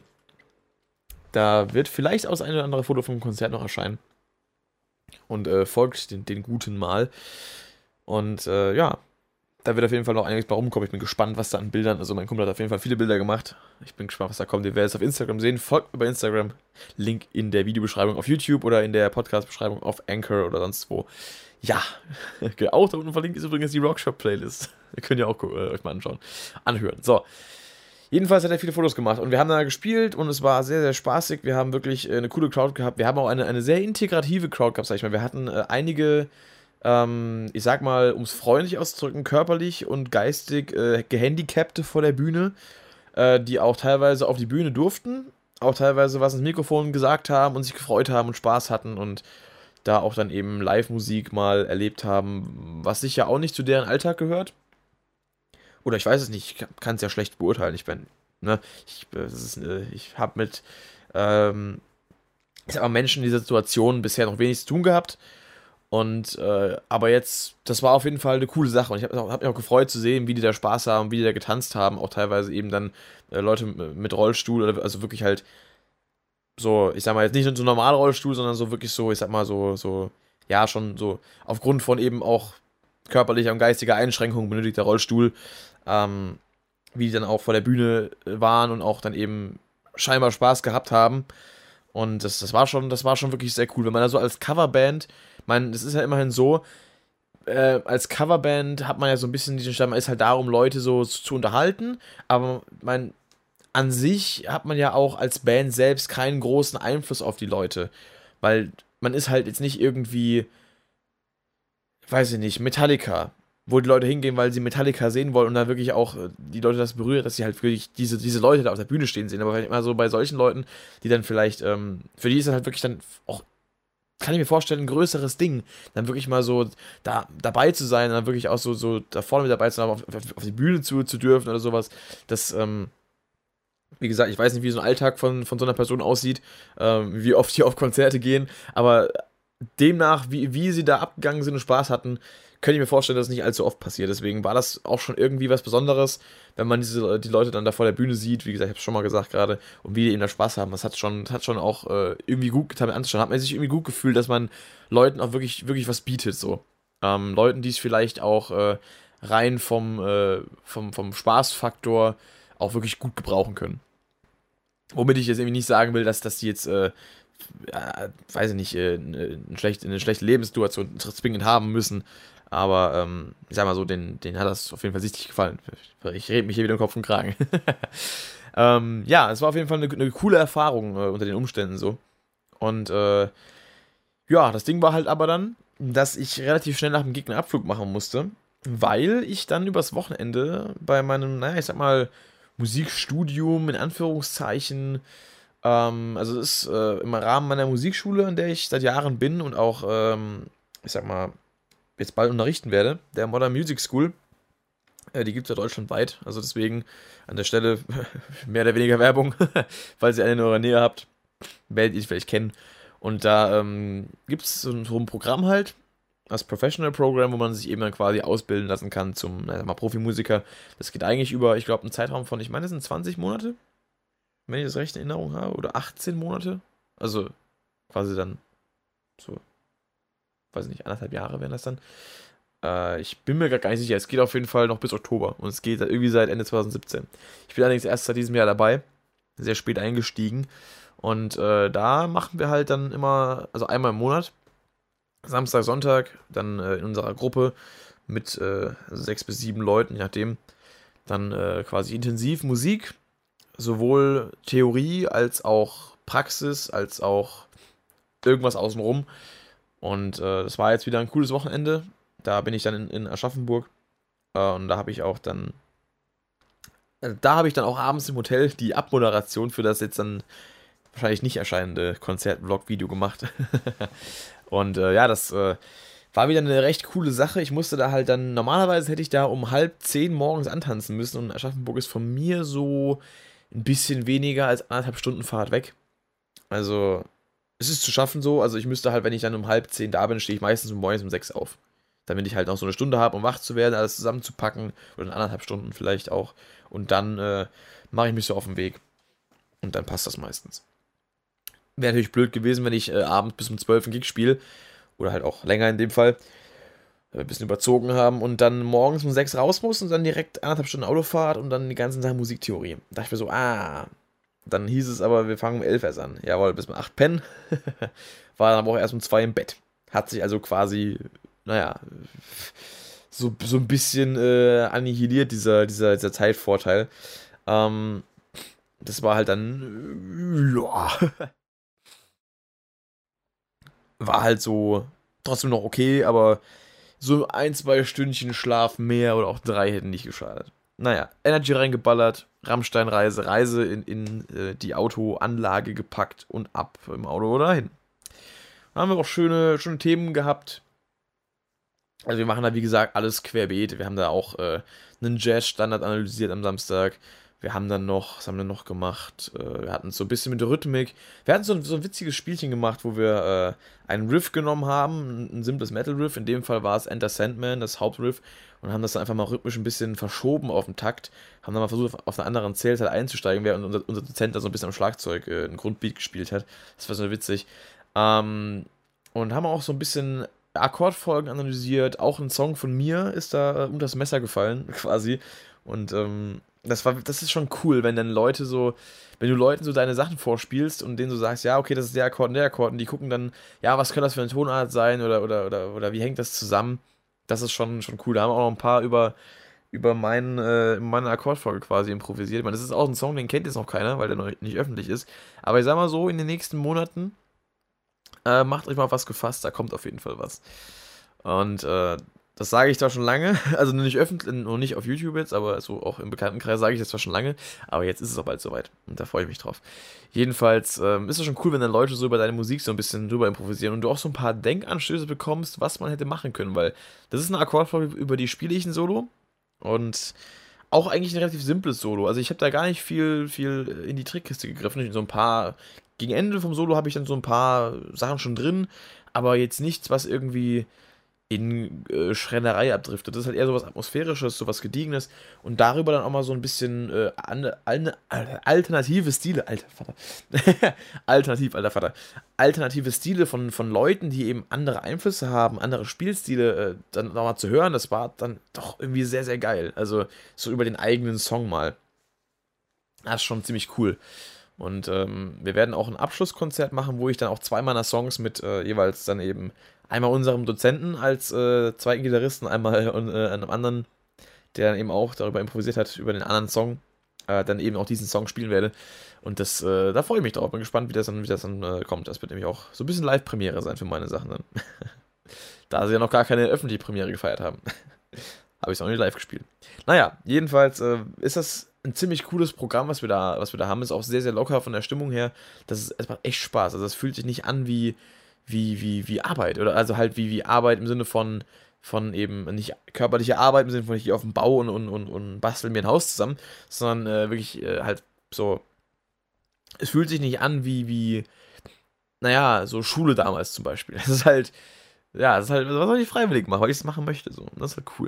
da wird vielleicht auch das eine oder andere Foto vom Konzert noch erscheinen. Und äh, folgt den, den guten Mal. Und äh, ja, da wird auf jeden Fall noch einiges bei rumkommen. Ich bin gespannt, was da an Bildern. Also mein Kumpel hat auf jeden Fall viele Bilder gemacht. Ich bin gespannt, was da kommt. Ihr werdet es auf Instagram sehen. Folgt mir bei Instagram. Link in der Videobeschreibung auf YouTube oder in der Podcast-Beschreibung auf Anchor oder sonst wo. Ja, auch da unten verlinkt ist übrigens die Rockshop-Playlist. Ihr könnt ja auch äh, euch mal anschauen. Anhören. So. Jedenfalls hat er viele Fotos gemacht und wir haben da gespielt und es war sehr, sehr spaßig. Wir haben wirklich äh, eine coole Crowd gehabt. Wir haben auch eine, eine sehr integrative Crowd gehabt, sag ich mal. Wir hatten äh, einige, ähm, ich sag mal, um es freundlich auszudrücken, körperlich und geistig äh, Gehandicapte vor der Bühne, äh, die auch teilweise auf die Bühne durften, auch teilweise was ins Mikrofon gesagt haben und sich gefreut haben und Spaß hatten und da auch dann eben Live-Musik mal erlebt haben, was sicher auch nicht zu deren Alltag gehört. Oder ich weiß es nicht, ich kann es ja schlecht beurteilen. Ich bin, ne, ich, äh, das ist, äh, ich habe mit, ähm, ich sag mal, Menschen in dieser Situation bisher noch wenig zu tun gehabt. Und, äh, aber jetzt, das war auf jeden Fall eine coole Sache. Und ich habe hab mich auch gefreut zu sehen, wie die da Spaß haben, wie die da getanzt haben. Auch teilweise eben dann äh, Leute mit Rollstuhl, oder also wirklich halt so, ich sag mal, jetzt nicht nur so ein normaler Rollstuhl, sondern so wirklich so, ich sag mal, so, so, ja, schon so aufgrund von eben auch körperlicher und geistiger Einschränkungen benötigter Rollstuhl, ähm, wie die dann auch vor der Bühne waren und auch dann eben scheinbar Spaß gehabt haben. Und das, das war schon, das war schon wirklich sehr cool. Wenn man da so als Coverband, ich meine, es ist ja immerhin so, äh, als Coverband hat man ja so ein bisschen diesen Stand, man ist halt darum, Leute so zu unterhalten, aber man, an sich hat man ja auch als Band selbst keinen großen Einfluss auf die Leute, weil man ist halt jetzt nicht irgendwie, weiß ich nicht, Metallica, wo die Leute hingehen, weil sie Metallica sehen wollen und da wirklich auch äh, die Leute das berührt, dass sie halt wirklich diese, diese Leute da auf der Bühne stehen sehen. Aber immer so bei solchen Leuten, die dann vielleicht, ähm, für die ist das halt wirklich dann auch, kann ich mir vorstellen, ein größeres Ding, dann wirklich mal so da dabei zu sein, dann wirklich auch so, so da vorne mit dabei zu sein, auf, auf, auf die Bühne zu, zu dürfen oder sowas. Das, ähm, wie gesagt, ich weiß nicht, wie so ein Alltag von, von so einer Person aussieht, ähm, wie oft die auf Konzerte gehen, aber demnach, wie, wie sie da abgegangen sind und Spaß hatten, könnte ich mir vorstellen, dass es nicht allzu oft passiert. Deswegen war das auch schon irgendwie was Besonderes, wenn man diese, die Leute dann da vor der Bühne sieht, wie gesagt, ich habe es schon mal gesagt gerade, und wie die eben da Spaß haben. Das hat schon, das hat schon auch äh, irgendwie gut getan mit anzuschauen. Hat man sich irgendwie gut gefühlt, dass man Leuten auch wirklich, wirklich was bietet, so. Ähm, Leuten, die es vielleicht auch äh, rein vom, äh, vom, vom Spaßfaktor auch wirklich gut gebrauchen können. Womit ich jetzt irgendwie nicht sagen will, dass, dass die jetzt, äh, ja, weiß ich nicht, äh, eine, schlechte, eine schlechte Lebenssituation zwingend haben müssen. Aber, ähm, ich sag mal so, den, den hat das auf jeden Fall sichtlich gefallen. Ich rede mich hier wieder im Kopf und Kragen. ähm, ja, es war auf jeden Fall eine, eine coole Erfahrung äh, unter den Umständen so. Und, äh, ja, das Ding war halt aber dann, dass ich relativ schnell nach dem Gegner Abflug machen musste, weil ich dann übers Wochenende bei meinem, naja, ich sag mal, Musikstudium in Anführungszeichen, ähm, also es ist äh, im Rahmen meiner Musikschule, an der ich seit Jahren bin und auch, ähm, ich sag mal, jetzt bald unterrichten werde, der Modern Music School. Äh, die gibt es ja deutschlandweit, also deswegen an der Stelle mehr oder weniger Werbung, falls ihr eine in eurer Nähe habt, werdet ihr es vielleicht kennen. Und da ähm, gibt es so, so ein Programm halt, das Professional Program, wo man sich eben dann quasi ausbilden lassen kann zum, na, sag mal, Profimusiker. Das geht eigentlich über, ich glaube, einen Zeitraum von, ich meine, das sind zwanzig Monate, wenn ich das recht in Erinnerung habe, oder achtzehn Monate. Also quasi dann so, weiß nicht, anderthalb Jahre wären das dann. Äh, ich bin mir gar nicht sicher. Es geht auf jeden Fall noch bis Oktober und es geht irgendwie seit Ende zwanzig siebzehn. Ich bin allerdings erst seit diesem Jahr dabei, sehr spät eingestiegen. Und äh, da machen wir halt dann immer, also einmal im Monat, Samstag, Sonntag, dann äh, in unserer Gruppe mit äh, sechs bis sieben Leuten, je nachdem, dann äh, quasi intensiv Musik, sowohl Theorie als auch Praxis, als auch irgendwas außenrum. Und äh, das war jetzt wieder ein cooles Wochenende. Da bin ich dann in, in Aschaffenburg äh, und da habe ich auch dann, äh, da habe ich dann auch abends im Hotel die Abmoderation für das jetzt dann wahrscheinlich nicht erscheinende Konzert-Vlog-Video gemacht. Und äh, ja, das äh, war wieder eine recht coole Sache. Ich musste da halt dann, normalerweise hätte ich da um halb zehn morgens antanzen müssen und Aschaffenburg ist von mir so ein bisschen weniger als anderthalb Stunden Fahrt weg. Also, es ist zu schaffen so. Also ich müsste halt, wenn ich dann um halb zehn da bin, stehe ich meistens um morgens um sechs auf. damit ich halt noch so eine Stunde habe, um wach zu werden, alles zusammenzupacken, oder anderthalb Stunden vielleicht auch. Und dann äh, mache ich mich so auf den Weg. Und dann passt das meistens. Wäre natürlich blöd gewesen, wenn ich äh, abends bis um zwölf einen Gig spiele, oder halt auch länger in dem Fall, weil wir ein bisschen überzogen haben und dann morgens um sechs raus muss und dann direkt anderthalb Stunden Autofahrt und dann die ganzen Sachen Musiktheorie. Da dachte ich mir so, ah, dann hieß es aber, wir fangen um elf erst an. Jawohl, bis um acht pennen. War dann aber auch erst um zwei im Bett. Hat sich also quasi, naja, so, so ein bisschen äh, annihiliert, dieser, dieser, dieser Zeitvorteil. Ähm, das war halt dann, äh, ja, war halt so trotzdem noch okay, aber so ein, zwei Stündchen Schlaf mehr oder auch drei hätten nicht geschadet. Naja, Energy reingeballert, Rammstein-Reise, Reise in, in äh, die Autoanlage gepackt und ab im Auto oder hin. Da haben wir auch schöne, schöne Themen gehabt. Also wir machen da wie gesagt alles querbeet. Wir haben da auch äh, einen Jazz-Standard analysiert am Samstag. Wir haben dann noch, was haben wir noch gemacht? Äh, wir hatten so ein bisschen mit der Rhythmik. Wir hatten so ein, so ein witziges Spielchen gemacht, wo wir äh, einen Riff genommen haben, ein, ein simples Metal-Riff. In dem Fall war es Enter Sandman, das Hauptriff. Und haben das dann einfach mal rhythmisch ein bisschen verschoben auf den Takt. Haben dann mal versucht, auf einen anderen Zählteil einzusteigen, während unser, unser Dozent da so ein bisschen am Schlagzeug äh, einen Grundbeat gespielt hat. Das war so witzig. Ähm, und haben auch so ein bisschen Akkordfolgen analysiert. Auch ein Song von mir ist da äh, unter das Messer gefallen, quasi. Und ähm, das war, das ist schon cool, wenn dann Leute so, wenn du Leuten so deine Sachen vorspielst und denen so sagst, ja, okay, das ist der Akkord und der Akkord, und die gucken dann, ja, was könnte das für eine Tonart sein oder, oder, oder, oder wie hängt das zusammen? Das ist schon, schon cool. Da haben wir auch noch ein paar über, über meinen, äh, meine Akkordfolge quasi improvisiert. Ich meine, das ist auch ein Song, den kennt jetzt noch keiner, weil der noch nicht öffentlich ist. Aber ich sag mal so, in den nächsten Monaten äh, macht euch mal auf was gefasst, da kommt auf jeden Fall was. Und äh, das sage ich zwar schon lange, also nicht öffentlich, noch nicht auf YouTube jetzt, aber so auch im Bekanntenkreis sage ich das zwar schon lange, aber jetzt ist es auch bald soweit und da freue ich mich drauf. Jedenfalls ähm, ist es schon cool, wenn dann Leute so über deine Musik so ein bisschen drüber improvisieren und du auch so ein paar Denkanstöße bekommst, was man hätte machen können, weil das ist eine Akkordfolge, über die spiele ich ein Solo und auch eigentlich ein relativ simples Solo. Also ich habe da gar nicht viel, viel in die Trickkiste gegriffen. So ein paar, gegen Ende vom Solo habe ich dann so ein paar Sachen schon drin, aber jetzt nichts, was irgendwie in äh, Schrennerei abdriftet. Das ist halt eher so was Atmosphärisches, so was Gediegenes und darüber dann auch mal so ein bisschen äh, an, an, alternative Stile, alter Vater, alternativ, alter Vater, alternative Stile von, von Leuten, die eben andere Einflüsse haben, andere Spielstile, äh, dann nochmal zu hören, das war dann doch irgendwie sehr, sehr geil. Also so über den eigenen Song mal. Das ist schon ziemlich cool. Und ähm, wir werden auch ein Abschlusskonzert machen, wo ich dann auch zwei meiner Songs mit äh, jeweils dann eben einmal unserem Dozenten als äh, zweiten Gitarristen, einmal äh, einem anderen, der dann eben auch darüber improvisiert hat, über den anderen Song, äh, dann eben auch diesen Song spielen werde. Und das, äh, da freue ich mich drauf. Bin gespannt, wie das dann, wie das dann äh, kommt. Das wird nämlich auch so ein bisschen Live-Premiere sein für meine Sachen dann. Da sie ja noch gar keine öffentliche Premiere gefeiert haben. Habe ich es auch nicht live gespielt. Naja, jedenfalls äh, ist das ein ziemlich cooles Programm, was wir da, was wir da haben. Ist auch sehr, sehr locker von der Stimmung her. Das ist, es macht echt Spaß. Also es fühlt sich nicht an wie, wie, wie, wie Arbeit. Oder also halt wie, wie Arbeit im Sinne von, von eben nicht körperliche Arbeit, im Sinne von ich gehe auf den Bau und, und, und, und bastel mir ein Haus zusammen, sondern äh, wirklich äh, halt so. Es fühlt sich nicht an wie, wie, naja, so Schule damals zum Beispiel. Das ist halt, ja, das ist halt, was soll ich freiwillig machen, weil ich es machen möchte. So. Das ist halt cool.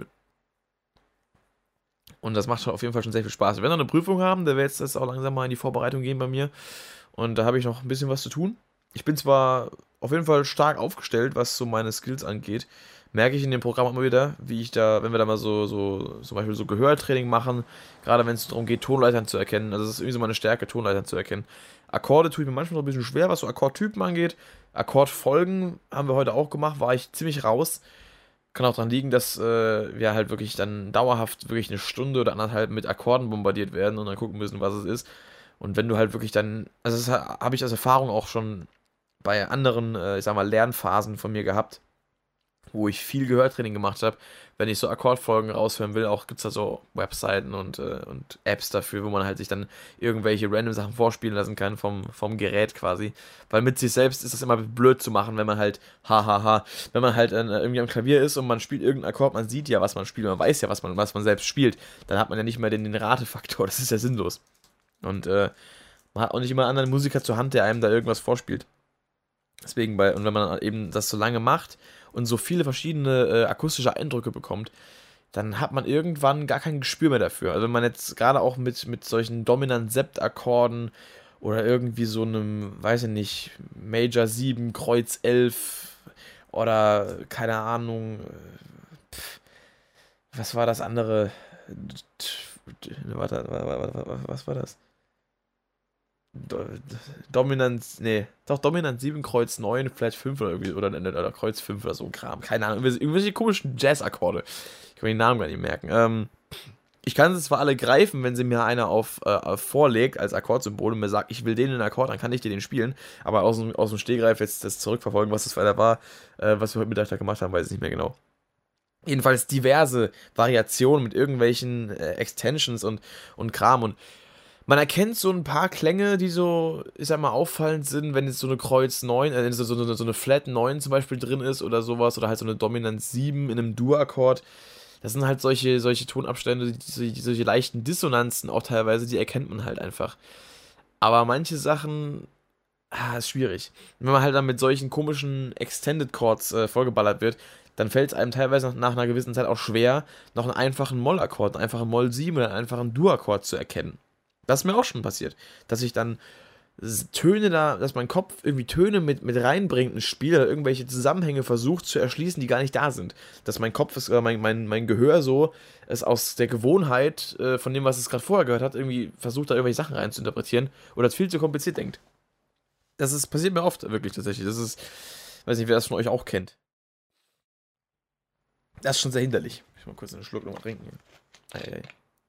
Und das macht schon auf jeden Fall schon sehr viel Spaß. Wir werden noch eine Prüfung haben, da wird jetzt auch langsam mal in die Vorbereitung gehen bei mir. Und da habe ich noch ein bisschen was zu tun. Ich bin zwar auf jeden Fall stark aufgestellt, was so meine Skills angeht. Merke ich in dem Programm immer wieder, wie ich da, wenn wir da mal so, so zum Beispiel so Gehörtraining machen, gerade wenn es darum geht, Tonleitern zu erkennen. Also das ist irgendwie so meine Stärke, Tonleitern zu erkennen. Akkorde tue ich mir manchmal noch ein bisschen schwer, was so Akkordtypen angeht. Akkordfolgen haben wir heute auch gemacht, war ich ziemlich raus. Kann auch daran liegen, dass äh, wir halt wirklich dann dauerhaft wirklich eine Stunde oder anderthalb mit Akkorden bombardiert werden und dann gucken müssen, was es ist. Und wenn du halt wirklich dann, also das habe ich als Erfahrung auch schon bei anderen, äh, ich sag mal, Lernphasen von mir gehabt, wo ich viel Gehörtraining gemacht habe, wenn ich so Akkordfolgen raushören will, auch gibt es da so Webseiten und, äh, und Apps dafür, wo man halt sich dann irgendwelche random Sachen vorspielen lassen kann vom, vom Gerät quasi. Weil mit sich selbst ist das immer blöd zu machen, wenn man halt, hahaha, wenn man halt äh, irgendwie am Klavier ist und man spielt irgendeinen Akkord, man sieht ja, was man spielt, man weiß ja, was man, was man selbst spielt, dann hat man ja nicht mehr den, den Ratefaktor, das ist ja sinnlos. Und äh, man hat auch nicht immer einen anderen Musiker zur Hand, der einem da irgendwas vorspielt. Deswegen, bei, und wenn man eben das so lange macht und so viele verschiedene äh, akustische Eindrücke bekommt, dann hat man irgendwann gar kein Gespür mehr dafür. Also wenn man jetzt gerade auch mit, mit solchen Dominant-Sept-Akkorden oder irgendwie so einem, weiß ich nicht, Major sieben, Kreuz elf oder keine Ahnung, pf, was war das andere? Warte, was war das? Do- Dominant, nee, doch Dominant sieben Kreuz neun vielleicht fünf oder irgendwie, oder, oder Kreuz fünf oder so ein Kram. Keine Ahnung, irgendwelche, irgendwelche komischen Jazz-Akkorde. Ich kann mir den Namen gar nicht merken. Ähm, ich kann sie zwar alle greifen, wenn sie mir einer auf, äh, auf vorlegt als Akkordsymbol und mir sagt, ich will den in den Akkord, dann kann ich dir den spielen. Aber aus dem, aus dem Stehgreif jetzt das zurückverfolgen, was das weiter war, äh, was wir heute Mittag da gemacht haben, weiß ich nicht mehr genau. Jedenfalls diverse Variationen mit irgendwelchen äh, Extensions und, und Kram. Und man erkennt so ein paar Klänge, die so, ich sag mal, auffallend sind, wenn jetzt so eine Kreuz neun, äh, so, so, so eine Flat neun zum Beispiel drin ist oder sowas, oder halt so eine Dominant sieben in einem Dur-Akkord. Das sind halt solche, solche Tonabstände, die, solche, solche leichten Dissonanzen auch teilweise, die erkennt man halt einfach. Aber manche Sachen, ah, ist schwierig. Wenn man halt dann mit solchen komischen Extended Chords äh, vollgeballert wird, dann fällt es einem teilweise nach, nach einer gewissen Zeit auch schwer, noch einen einfachen Moll-Akkord, einen einfachen Moll sieben oder einen einfachen Dur-Akkord zu erkennen. Das ist mir auch schon passiert, dass ich dann s- Töne da, dass mein Kopf irgendwie Töne mit, mit reinbringt ins Spiel oder irgendwelche Zusammenhänge versucht zu erschließen, die gar nicht da sind. Dass mein Kopf ist, oder mein, mein, mein Gehör so, es aus der Gewohnheit äh, von dem, was es gerade vorher gehört hat, irgendwie versucht, da irgendwelche Sachen rein zu interpretieren oder es viel zu kompliziert denkt. Das ist, passiert mir oft, wirklich tatsächlich. Das ist, weiß nicht, wer das von euch auch kennt. Das ist schon sehr hinderlich. Ich muss mal kurz einen Schluck nochmal trinken. Hier. Ei, ei.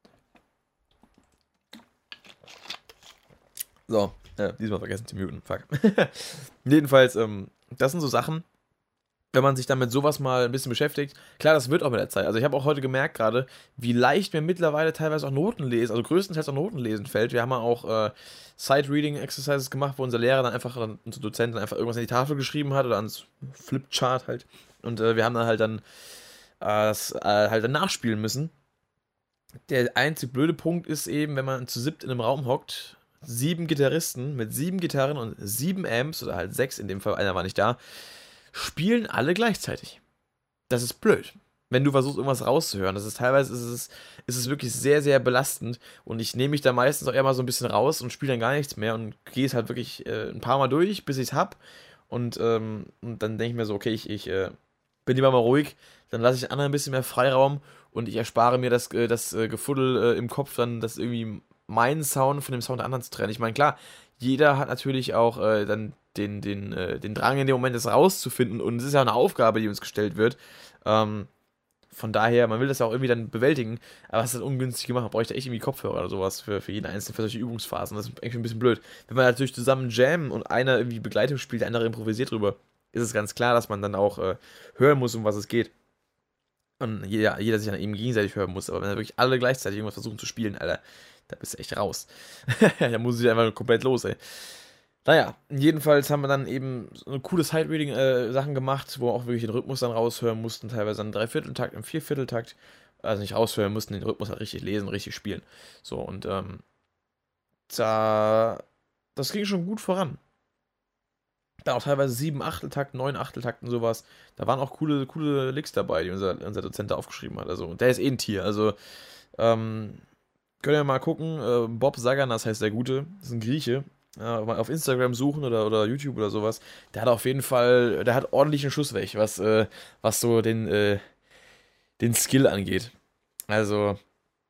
So, äh, diesmal vergessen zu muten. Fuck. Jedenfalls, ähm, das sind so Sachen, wenn man sich dann mit sowas mal ein bisschen beschäftigt. Klar, das wird auch mit der Zeit. Also ich habe auch heute gemerkt gerade, wie leicht mir mittlerweile teilweise auch Noten lesen, also größtenteils auch Noten lesen fällt. Wir haben ja auch äh, Sight-Reading-Exercises gemacht, wo unser Lehrer dann einfach, dann, unser Dozent dann einfach irgendwas an die Tafel geschrieben hat oder ans Flipchart halt. Und äh, wir haben dann halt dann äh, das äh, halt dann nachspielen müssen. Der einzig blöde Punkt ist eben, wenn man zu siebt in einem Raum hockt, sieben Gitarristen mit sieben Gitarren und sieben Amps, oder halt sechs in dem Fall, einer war nicht da, spielen alle gleichzeitig. Das ist blöd. Wenn du versuchst, irgendwas rauszuhören. Das ist teilweise ist es, ist es wirklich sehr, sehr belastend. Und ich nehme mich da meistens auch eher mal so ein bisschen raus und spiele dann gar nichts mehr und gehe es halt wirklich äh, ein paar Mal durch, bis ich es hab. Und, ähm, und dann denke ich mir so, okay, ich, ich äh, bin lieber mal ruhig, dann lasse ich anderen ein bisschen mehr Freiraum und ich erspare mir das, äh, das äh, Gefuddel äh, im Kopf, dann das irgendwie meinen Sound von dem Sound der anderen zu trennen. Ich meine, klar, jeder hat natürlich auch äh, dann den, den, äh, den Drang in dem Moment, das rauszufinden und es ist ja eine Aufgabe, die uns gestellt wird. Ähm, von daher, man will das ja auch irgendwie dann bewältigen, aber es ist dann ungünstig gemacht. Man bräuchte echt irgendwie Kopfhörer oder sowas für, für jeden Einzelnen, für solche Übungsphasen. Das ist eigentlich ein bisschen blöd. Wenn man natürlich zusammen jammen und einer irgendwie Begleitung spielt, der andere improvisiert drüber, ist es ganz klar, dass man dann auch äh, hören muss, um was es geht. Und jeder, jeder sich dann eben gegenseitig hören muss. Aber wenn dann wirklich alle gleichzeitig irgendwas versuchen zu spielen, Alter, da bist du echt raus. Da muss ich einfach komplett los, ey. Naja, jedenfalls haben wir dann eben so eine coole Sight-Reading-Sachen gemacht, wo wir auch wirklich den Rhythmus dann raushören mussten, teilweise im Dreivierteltakt, im Viervierteltakt. Also nicht raushören mussten, den Rhythmus halt richtig lesen, richtig spielen. So, und ähm, da, das ging schon gut voran. Da auch teilweise sieben Achteltakt, neun Achteltakt und sowas. Da waren auch coole, coole Licks dabei, die unser, unser Dozent da aufgeschrieben hat. Also, und der ist eh ein Tier. Also, ähm, könnt ihr mal gucken. Äh, Bob Saganas heißt der Gute. Das ist ein Grieche. Ja, mal auf Instagram suchen oder, oder YouTube oder sowas. Der hat auf jeden Fall, der hat ordentlichen Schuss weg, was, äh, was so den, äh, den Skill angeht. Also,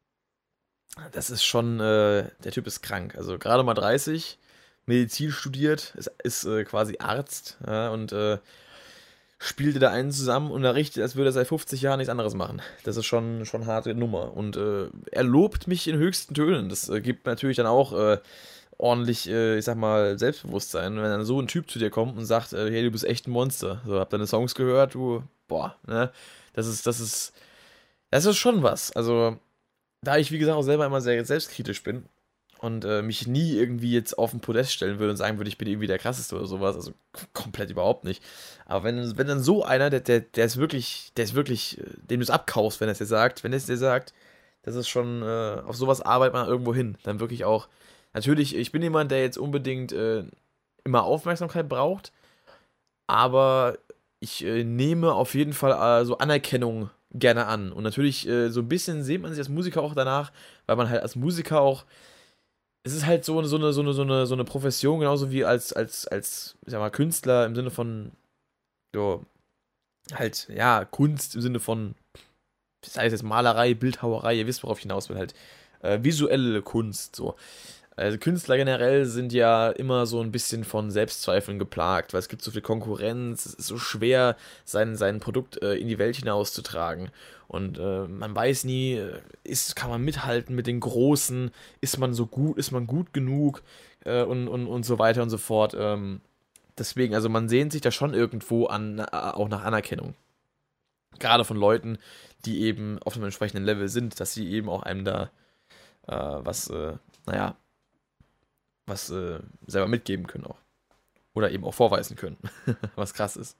das ist schon, äh, der Typ ist krank. Also, gerade mal dreißig, Medizin studiert, ist, ist äh, quasi Arzt, ja, und äh, spielte da einen zusammen und unterrichtet, als würde er seit fünfzig Jahren nichts anderes machen. Das ist schon, schon eine harte Nummer. Und äh, er lobt mich in höchsten Tönen. Das äh, gibt natürlich dann auch äh, ordentlich, äh, ich sag mal, Selbstbewusstsein. Wenn dann so ein Typ zu dir kommt und sagt, äh, hey, du bist echt ein Monster. So, hab deine Songs gehört, du, boah, ne? Das ist, das ist, das ist schon was. Also, da ich, wie gesagt, auch selber immer sehr selbstkritisch bin und äh, mich nie irgendwie jetzt auf den Podest stellen würde und sagen würde, ich bin irgendwie der Krasseste oder sowas, also k- komplett überhaupt nicht. Aber wenn, wenn dann so einer, der, der, der ist wirklich, der ist wirklich, äh, dem du es abkaufst, wenn er es dir sagt, wenn er es dir sagt, das ist schon, äh, auf sowas arbeitet man irgendwo hin. Dann wirklich auch, natürlich, ich bin jemand, der jetzt unbedingt äh, immer Aufmerksamkeit braucht, aber ich äh, nehme auf jeden Fall äh, so Anerkennung gerne an. Und natürlich, äh, so ein bisschen sehnt man sich als Musiker auch danach, weil man halt als Musiker auch, es ist halt so, eine- so eine, so eine, so eine, so eine Profession, genauso wie als, als, als, ich sag mal, Künstler im Sinne von, so, halt, ja, Kunst im Sinne von, sei es jetzt Malerei, Bildhauerei, ihr wisst, worauf ich hinaus will, halt, äh, visuelle Kunst, so. Also Künstler generell sind ja immer so ein bisschen von Selbstzweifeln geplagt, weil es gibt so viel Konkurrenz, es ist so schwer, sein, sein Produkt äh, in die Welt hinauszutragen. Und äh, man weiß nie, äh, ist, kann man mithalten mit den Großen, ist man so gut, ist man gut genug äh, und, und, und so weiter und so fort. Ähm, deswegen, also man sehnt sich da schon irgendwo an, äh, auch nach Anerkennung. Gerade von Leuten, die eben auf einem entsprechenden Level sind, dass sie eben auch einem da äh, was, äh, naja, was äh, selber mitgeben können auch. Oder eben auch vorweisen können. Was krass ist.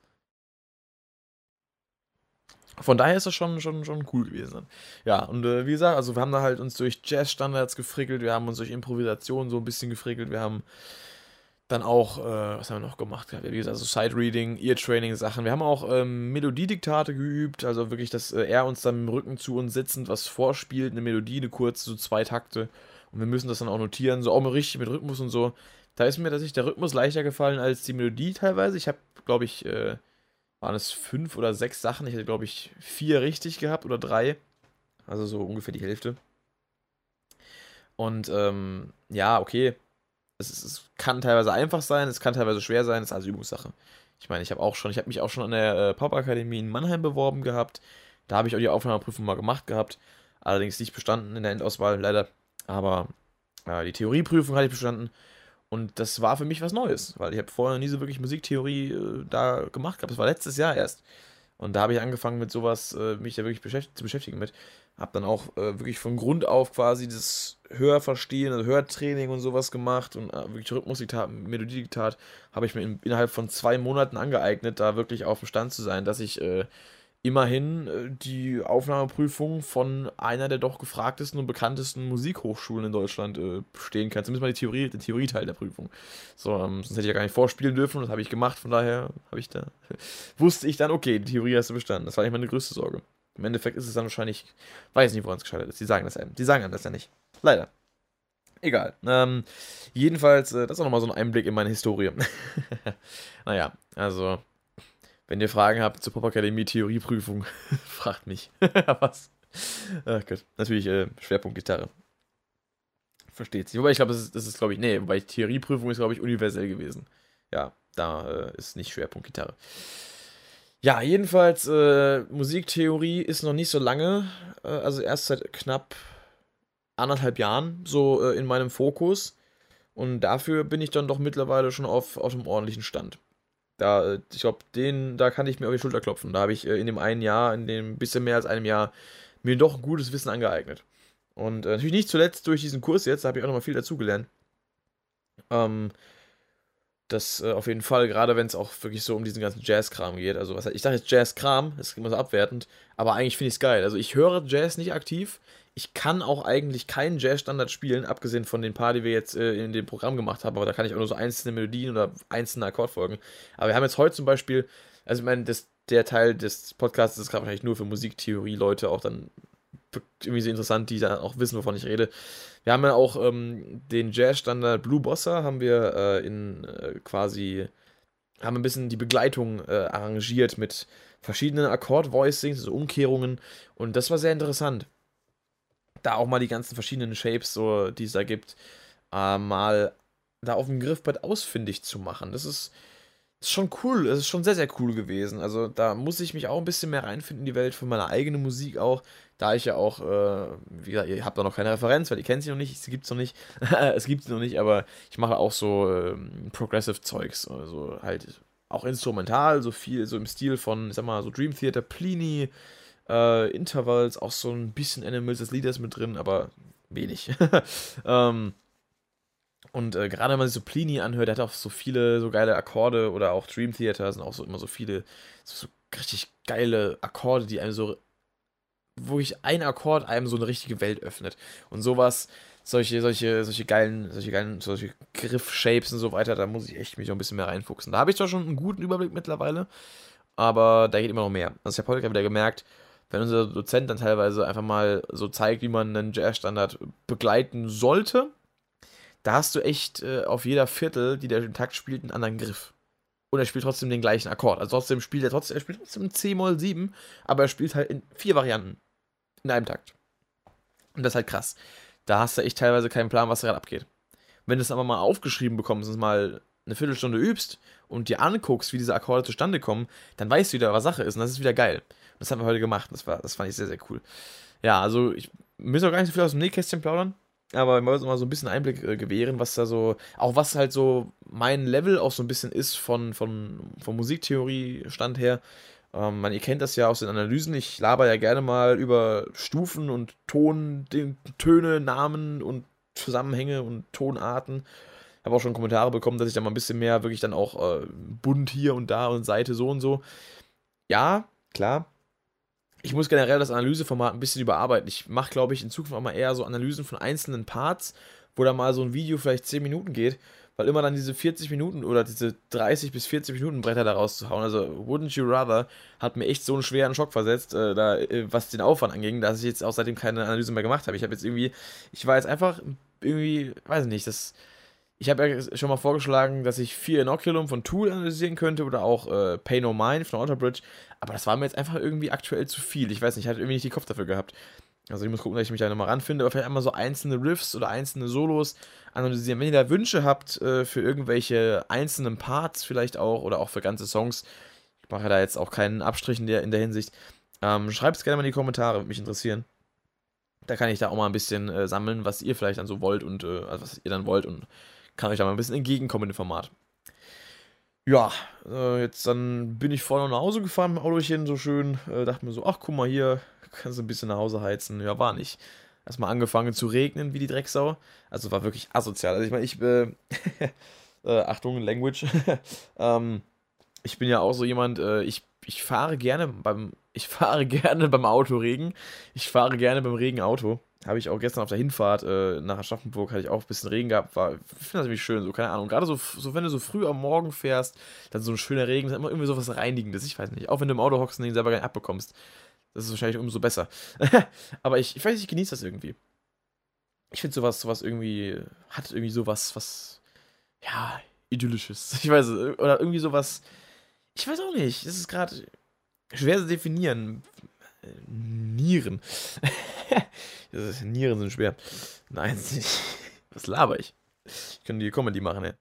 Von daher ist das schon, schon, schon cool gewesen. Ja, und äh, wie gesagt, also wir haben da halt uns durch Jazz-Standards gefrickelt, wir haben uns durch Improvisation so ein bisschen gefrickelt, wir haben dann auch, äh, was haben wir noch gemacht? Ja, wie gesagt, also Side-Reading, Ear-Training-Sachen. Wir haben auch ähm, Melodiediktate geübt, also wirklich, dass äh, er uns dann im Rücken zu uns sitzend was vorspielt, eine Melodie, eine kurze, so zwei Takte. Und wir müssen das dann auch notieren, so auch mal richtig mit Rhythmus und so. Da ist mir tatsächlich der Rhythmus leichter gefallen als die Melodie teilweise. Ich habe, glaube ich, äh, waren es fünf oder sechs Sachen. Ich hätte, glaube ich, vier richtig gehabt oder drei. Also so ungefähr die Hälfte. Und ähm, ja, okay. Es, ist, es kann teilweise einfach sein, es kann teilweise schwer sein, es ist also Übungssache. Ich meine, ich habe auch schon, ich habe mich auch schon an der äh, Popakademie in Mannheim beworben gehabt. Da habe ich auch die Aufnahmeprüfung mal gemacht gehabt. Allerdings nicht bestanden in der Endauswahl, leider. Aber äh, die Theorieprüfung hatte ich bestanden. Und das war für mich was Neues, weil ich habe vorher noch nie so wirklich Musiktheorie äh, da gemacht gehabt. Das war letztes Jahr erst. Und da habe ich angefangen mit sowas, äh, mich da wirklich beschäft zu beschäftigen mit. Habe dann auch äh, wirklich von Grund auf quasi das Hörverstehen, also Hörtraining und sowas gemacht und äh, wirklich Rhythmusdiktat, Melodiediktat habe ich mir in, innerhalb von zwei Monaten angeeignet, da wirklich auf dem Stand zu sein, dass ich äh, immerhin äh, die Aufnahmeprüfung von einer der doch gefragtesten und bekanntesten Musikhochschulen in Deutschland äh, bestehen kann. Zumindest mal die Theorie, den Theorieteil der Prüfung. So, ähm, sonst hätte ich ja gar nicht vorspielen dürfen und das habe ich gemacht, von daher habe ich da, wusste ich dann, okay, die Theorie hast du bestanden. Das war nicht meine größte Sorge. Im Endeffekt ist es dann wahrscheinlich, weiß nicht, woran es gescheitert ist. Die sagen das einem. Die sagen einem das ja nicht. Leider. Egal. Ähm, jedenfalls, äh, das ist auch nochmal so ein Einblick in meine Historie. Naja, also, wenn ihr Fragen habt zur Popakademie Theorieprüfung, fragt mich. Was? Ach Gott. Natürlich äh, Schwerpunkt Gitarre. Versteht sich. Wobei ich glaube, das ist, das ist glaube ich, nee, wobei Theorieprüfung ist, glaube ich, universell gewesen. Ja, da äh, ist nicht Schwerpunkt Gitarre. Ja, jedenfalls, äh, Musiktheorie ist noch nicht so lange, äh, also erst seit knapp anderthalb Jahren so äh, in meinem Fokus. Und dafür bin ich dann doch mittlerweile schon auf, auf einem ordentlichen Stand. Da, äh, ich glaube, den, da kann ich mir auf die Schulter klopfen. Da habe ich äh, in dem einen Jahr, in dem bisschen mehr als einem Jahr, mir doch ein gutes Wissen angeeignet. Und äh, natürlich nicht zuletzt durch diesen Kurs jetzt, da habe ich auch nochmal viel dazugelernt. Ähm, Das äh, auf jeden Fall, gerade wenn es auch wirklich so um diesen ganzen Jazz-Kram geht. Also, was ich sage jetzt Jazz-Kram, das ist immer so abwertend, aber eigentlich finde ich es geil. Also, ich höre Jazz nicht aktiv. Ich kann auch eigentlich keinen Jazz-Standard spielen, abgesehen von den paar, die wir jetzt äh, in dem Programm gemacht haben. Aber da kann ich auch nur so einzelne Melodien oder einzelne Akkordfolgen. Aber wir haben jetzt heute zum Beispiel, also, ich meine, das, der Teil des Podcasts ist gerade wahrscheinlich nur für Musiktheorie-Leute auch dann irgendwie so interessant, die da auch wissen, wovon ich rede. Wir haben ja auch ähm, den Jazz-Standard Blue Bossa, haben wir äh, in äh, quasi, haben ein bisschen die Begleitung äh, arrangiert mit verschiedenen Akkord-Voicings, also Umkehrungen. Und das war sehr interessant. Da auch mal die ganzen verschiedenen Shapes, so, die es da gibt, äh, mal da auf dem Griffbrett ausfindig zu machen. Das ist, ist schon cool, es ist schon sehr, sehr cool gewesen. Also da muss ich mich auch ein bisschen mehr reinfinden in die Welt von meiner eigenen Musik auch, da ich ja auch, äh, wie gesagt, ihr habt da noch keine Referenz, weil ihr kennt sie noch nicht, sie gibt's noch nicht, es gibt sie noch nicht, aber ich mache auch so ähm, Progressive Zeugs, also halt auch instrumental, so viel, so im Stil von, ich sag mal, so Dream Theater, Plini, äh, Intervals, auch so ein bisschen Animals as Leaders mit drin, aber wenig. ähm, und äh, gerade wenn man sich so Plini anhört, der hat auch so viele so geile Akkorde oder auch Dream Theater sind auch so immer so viele so, so richtig geile Akkorde, die einem so, wo ich ein Akkord einem so eine richtige Welt öffnet. Und sowas, solche, solche, solche geilen, solche geilen, solche Griff-Shapes und so weiter, da muss ich echt mich noch ein bisschen mehr reinfuchsen. Da habe ich zwar schon einen guten Überblick mittlerweile, aber da geht immer noch mehr. Also ich habe heute gerade wieder gemerkt, wenn unser Dozent dann teilweise einfach mal so zeigt, wie man einen Jazz-Standard begleiten sollte, da hast du echt äh, auf jeder Viertel, die der im Takt spielt, einen anderen Griff. Und er spielt trotzdem den gleichen Akkord. Also trotzdem spielt er trotzdem, er spielt trotzdem C-Moll sieben, aber er spielt halt in vier Varianten in einem Takt. Und das ist halt krass. Da hast du echt teilweise keinen Plan, was gerade abgeht. Wenn du es aber mal aufgeschrieben bekommst und mal eine Viertelstunde übst und dir anguckst, wie diese Akkorde zustande kommen, dann weißt du wieder, was Sache ist. Und das ist wieder geil. Und das haben wir heute gemacht. Das, war, das fand ich sehr, sehr cool. Ja, also ich muss auch gar nicht so viel aus dem Nähkästchen plaudern. Aber ich wollte mal so ein bisschen Einblick äh, gewähren, was da so, auch was halt so mein Level auch so ein bisschen ist von, von, von Musiktheorie-Stand her. Ähm, man, ihr kennt das ja aus den Analysen. Ich laber ja gerne mal über Stufen und Ton, den, Töne, Namen und Zusammenhänge und Tonarten. Habe auch schon Kommentare bekommen, dass ich da mal ein bisschen mehr wirklich dann auch äh, bunt hier und da und Seite so und so. Ja, klar. Ich muss generell das Analyseformat ein bisschen überarbeiten. Ich mache, glaube ich, in Zukunft auch mal eher so Analysen von einzelnen Parts, wo da mal so ein Video vielleicht zehn Minuten geht, weil immer dann diese vierzig Minuten oder diese dreißig bis vierzig Minuten Bretter da rauszuhauen. Also Wouldn't You Rather hat mir echt so einen schweren Schock versetzt, äh, da, äh, was den Aufwand anging, dass ich jetzt auch seitdem keine Analyse mehr gemacht habe. Ich habe jetzt irgendwie, ich war jetzt einfach irgendwie, weiß nicht, das. Ich habe ja schon mal vorgeschlagen, dass ich Fear Inoculum von Tool analysieren könnte oder auch äh, Pay No Mind von Alter Bridge, aber das war mir jetzt einfach irgendwie aktuell zu viel. Ich weiß nicht, ich hatte irgendwie nicht den Kopf dafür gehabt. Also ich muss gucken, dass ich mich da nochmal ranfinde, aber vielleicht einmal so einzelne Riffs oder einzelne Solos analysieren. Wenn ihr da Wünsche habt äh, für irgendwelche einzelnen Parts vielleicht auch oder auch für ganze Songs, ich mache da jetzt auch keinen Abstrich in der, in der Hinsicht, ähm, schreibt es gerne mal in die Kommentare, würde mich interessieren. Da kann ich da auch mal ein bisschen äh, sammeln, was ihr vielleicht dann so wollt und äh, also was ihr dann wollt und kann euch da mal ein bisschen entgegenkommen im Format. Ja, äh, jetzt dann bin ich vorne nach Hause gefahren mit dem Autochen so schön. Äh, dachte mir so, ach guck mal hier, kannst du ein bisschen nach Hause heizen. Ja, war nicht. Erstmal angefangen zu regnen wie die Drecksau. Also war wirklich asozial. Also ich meine, ich, äh, äh, Achtung, Language. ähm, ich bin ja auch so jemand, äh, ich, ich fahre gerne beim, ich fahre gerne beim Autoregen. Ich fahre gerne beim Regen Auto. Habe ich auch gestern auf der Hinfahrt äh, nach Aschaffenburg, hatte ich auch ein bisschen Regen gehabt. War, ich finde das irgendwie schön, so, keine Ahnung. Gerade so, so, wenn du so früh am Morgen fährst, dann so ein schöner Regen, das ist immer irgendwie so was Reinigendes. Ich weiß nicht. Auch wenn du im Auto hockst und den selber gar nicht abbekommst. Das ist wahrscheinlich umso besser. Aber ich, ich weiß nicht, ich genieße das irgendwie. Ich finde sowas, sowas irgendwie, hat irgendwie sowas, was, ja, Idyllisches. Ich weiß es. Oder irgendwie sowas, ich weiß auch nicht. Das ist gerade schwer zu definieren. Nieren. Das ist, Nieren sind schwer. Nein, was laber ich? Ich könnte die Comedy machen, ne?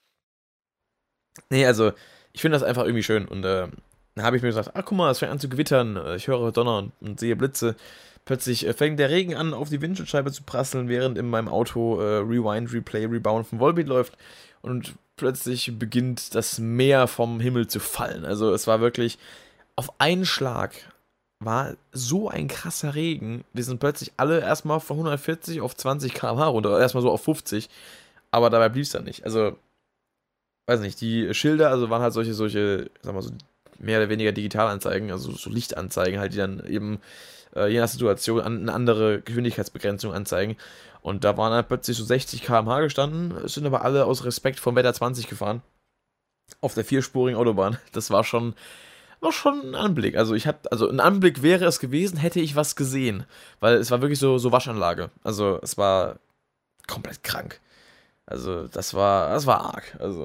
Nee, also, ich finde das einfach irgendwie schön. Und äh, dann habe ich mir gesagt, ach guck mal, es fängt an zu gewittern. Ich höre Donner und, und sehe Blitze. Plötzlich äh, fängt der Regen an, auf die Windschutzscheibe zu prasseln, während in meinem Auto äh, Rewind, Replay, Rebound von Volbeat läuft. Und plötzlich beginnt das Meer vom Himmel zu fallen. Also es war wirklich auf einen Schlag war so ein krasser Regen. Wir sind plötzlich alle erstmal von hundertvierzig auf zwanzig Kilometer pro Stunde runter, erstmal so auf fünfzig. Aber dabei blieb es dann nicht. Also, weiß nicht, die Schilder, also waren halt solche, solche, sag mal so, mehr oder weniger Digitalanzeigen, also so Lichtanzeigen halt, die dann eben äh, je nach Situation an, eine andere Geschwindigkeitsbegrenzung anzeigen. Und da waren halt plötzlich so sechzig Kilometer pro Stunde gestanden, es sind aber alle aus Respekt vom Wetter zwanzig gefahren. Auf der vierspurigen Autobahn. Das war schon, war schon ein Anblick. Also ich hatte, also ein Anblick wäre es gewesen, hätte ich was gesehen. Weil es war wirklich so, so Waschanlage. Also es war komplett krank. Also das war, das war arg. Also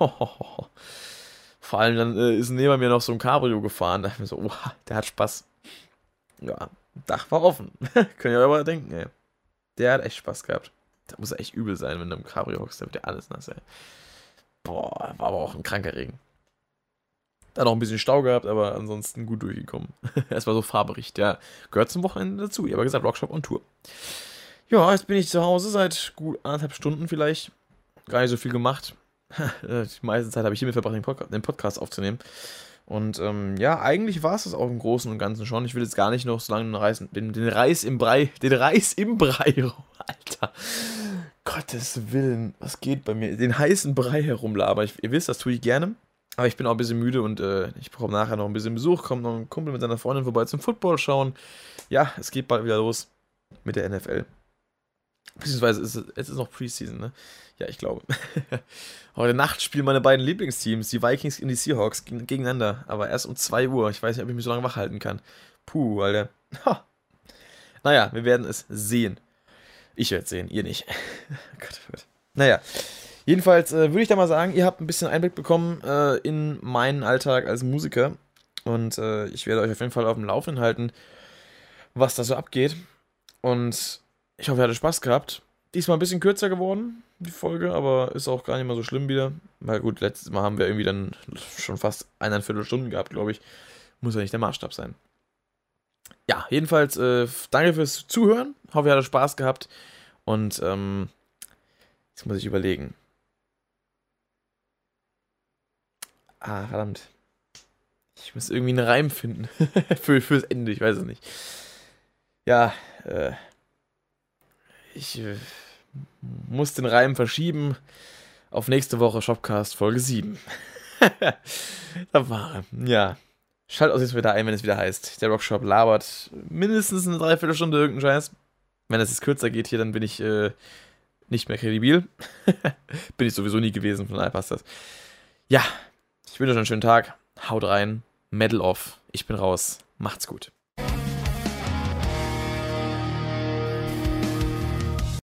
vor allem dann äh, ist neben mir noch so ein Cabrio gefahren. Da dachte ich mir so, oha, der hat Spaß. Ja, Dach war offen. Könnt ihr aber denken, ey. Der hat echt Spaß gehabt. Das muss echt übel sein, wenn du im Cabrio hockst, da wird ja alles nass, ey. Boah, war aber auch ein kranker Regen. Dann noch ein bisschen Stau gehabt, aber ansonsten gut durchgekommen. Es war so Fahrbericht, ja. Gehört zum Wochenende dazu. Ich habe gesagt, Rockshop on Tour. Ja, jetzt bin ich zu Hause seit gut anderthalb Stunden vielleicht. Gar nicht so viel gemacht. Die meiste Zeit habe ich hiermit verbracht, den, Podca- den Podcast aufzunehmen. Und ähm, ja, eigentlich war es das auch im Großen und Ganzen schon. Ich will jetzt gar nicht noch so lange den Reis, den, den Reis im Brei, den Reis im Brei, Alter. Gottes Willen, was geht bei mir? Den heißen Brei herumlabern. Ich, ihr wisst, das tue ich gerne. Aber ich bin auch ein bisschen müde und äh, ich brauche nachher noch ein bisschen Besuch. Kommt noch ein Kumpel mit seiner Freundin vorbei zum Football schauen. Ja, es geht bald wieder los mit der N F L. Beziehungsweise ist es, es ist noch Preseason, ne? Ja, ich glaube. Heute Nacht spielen meine beiden Lieblingsteams, die Vikings und die Seahawks, gegeneinander. Aber erst um zwei Uhr. Ich weiß nicht, ob ich mich so lange wach halten kann. Puh, Alter. Ha. Naja, wir werden es sehen. Ich werde es sehen, ihr nicht. Gott, Gott. Naja, jedenfalls äh, würde ich da mal sagen, ihr habt ein bisschen Einblick bekommen äh, in meinen Alltag als Musiker. Und äh, ich werde euch auf jeden Fall auf dem Laufenden halten, was da so abgeht. Und ich hoffe, ihr hattet Spaß gehabt. Diesmal ein bisschen kürzer geworden, die Folge, aber ist auch gar nicht mal so schlimm wieder. Weil gut, letztes Mal haben wir irgendwie dann schon fast eineinviertel Stunden gehabt, glaube ich. Muss ja nicht der Maßstab sein. Ja, jedenfalls, äh, danke fürs Zuhören. Hoffe, ihr hattet Spaß gehabt. Und, ähm, jetzt muss ich überlegen. Ah, verdammt. Ich muss irgendwie einen Reim finden. für, fürs Ende, ich weiß es nicht. Ja, äh, ich äh, muss den Reim verschieben auf nächste Woche Shopcast Folge sieben. Da war er. Ja. Schaltet uns jetzt wieder ein, wenn es wieder heißt. Der Rockshop labert mindestens eine Dreiviertelstunde irgendeinen Scheiß. Wenn es jetzt kürzer geht hier, dann bin ich äh, nicht mehr kredibil. Bin ich sowieso nie gewesen, von daher passt das. Ja, ich wünsche euch einen schönen Tag. Haut rein. Medal off. Ich bin raus. Macht's gut.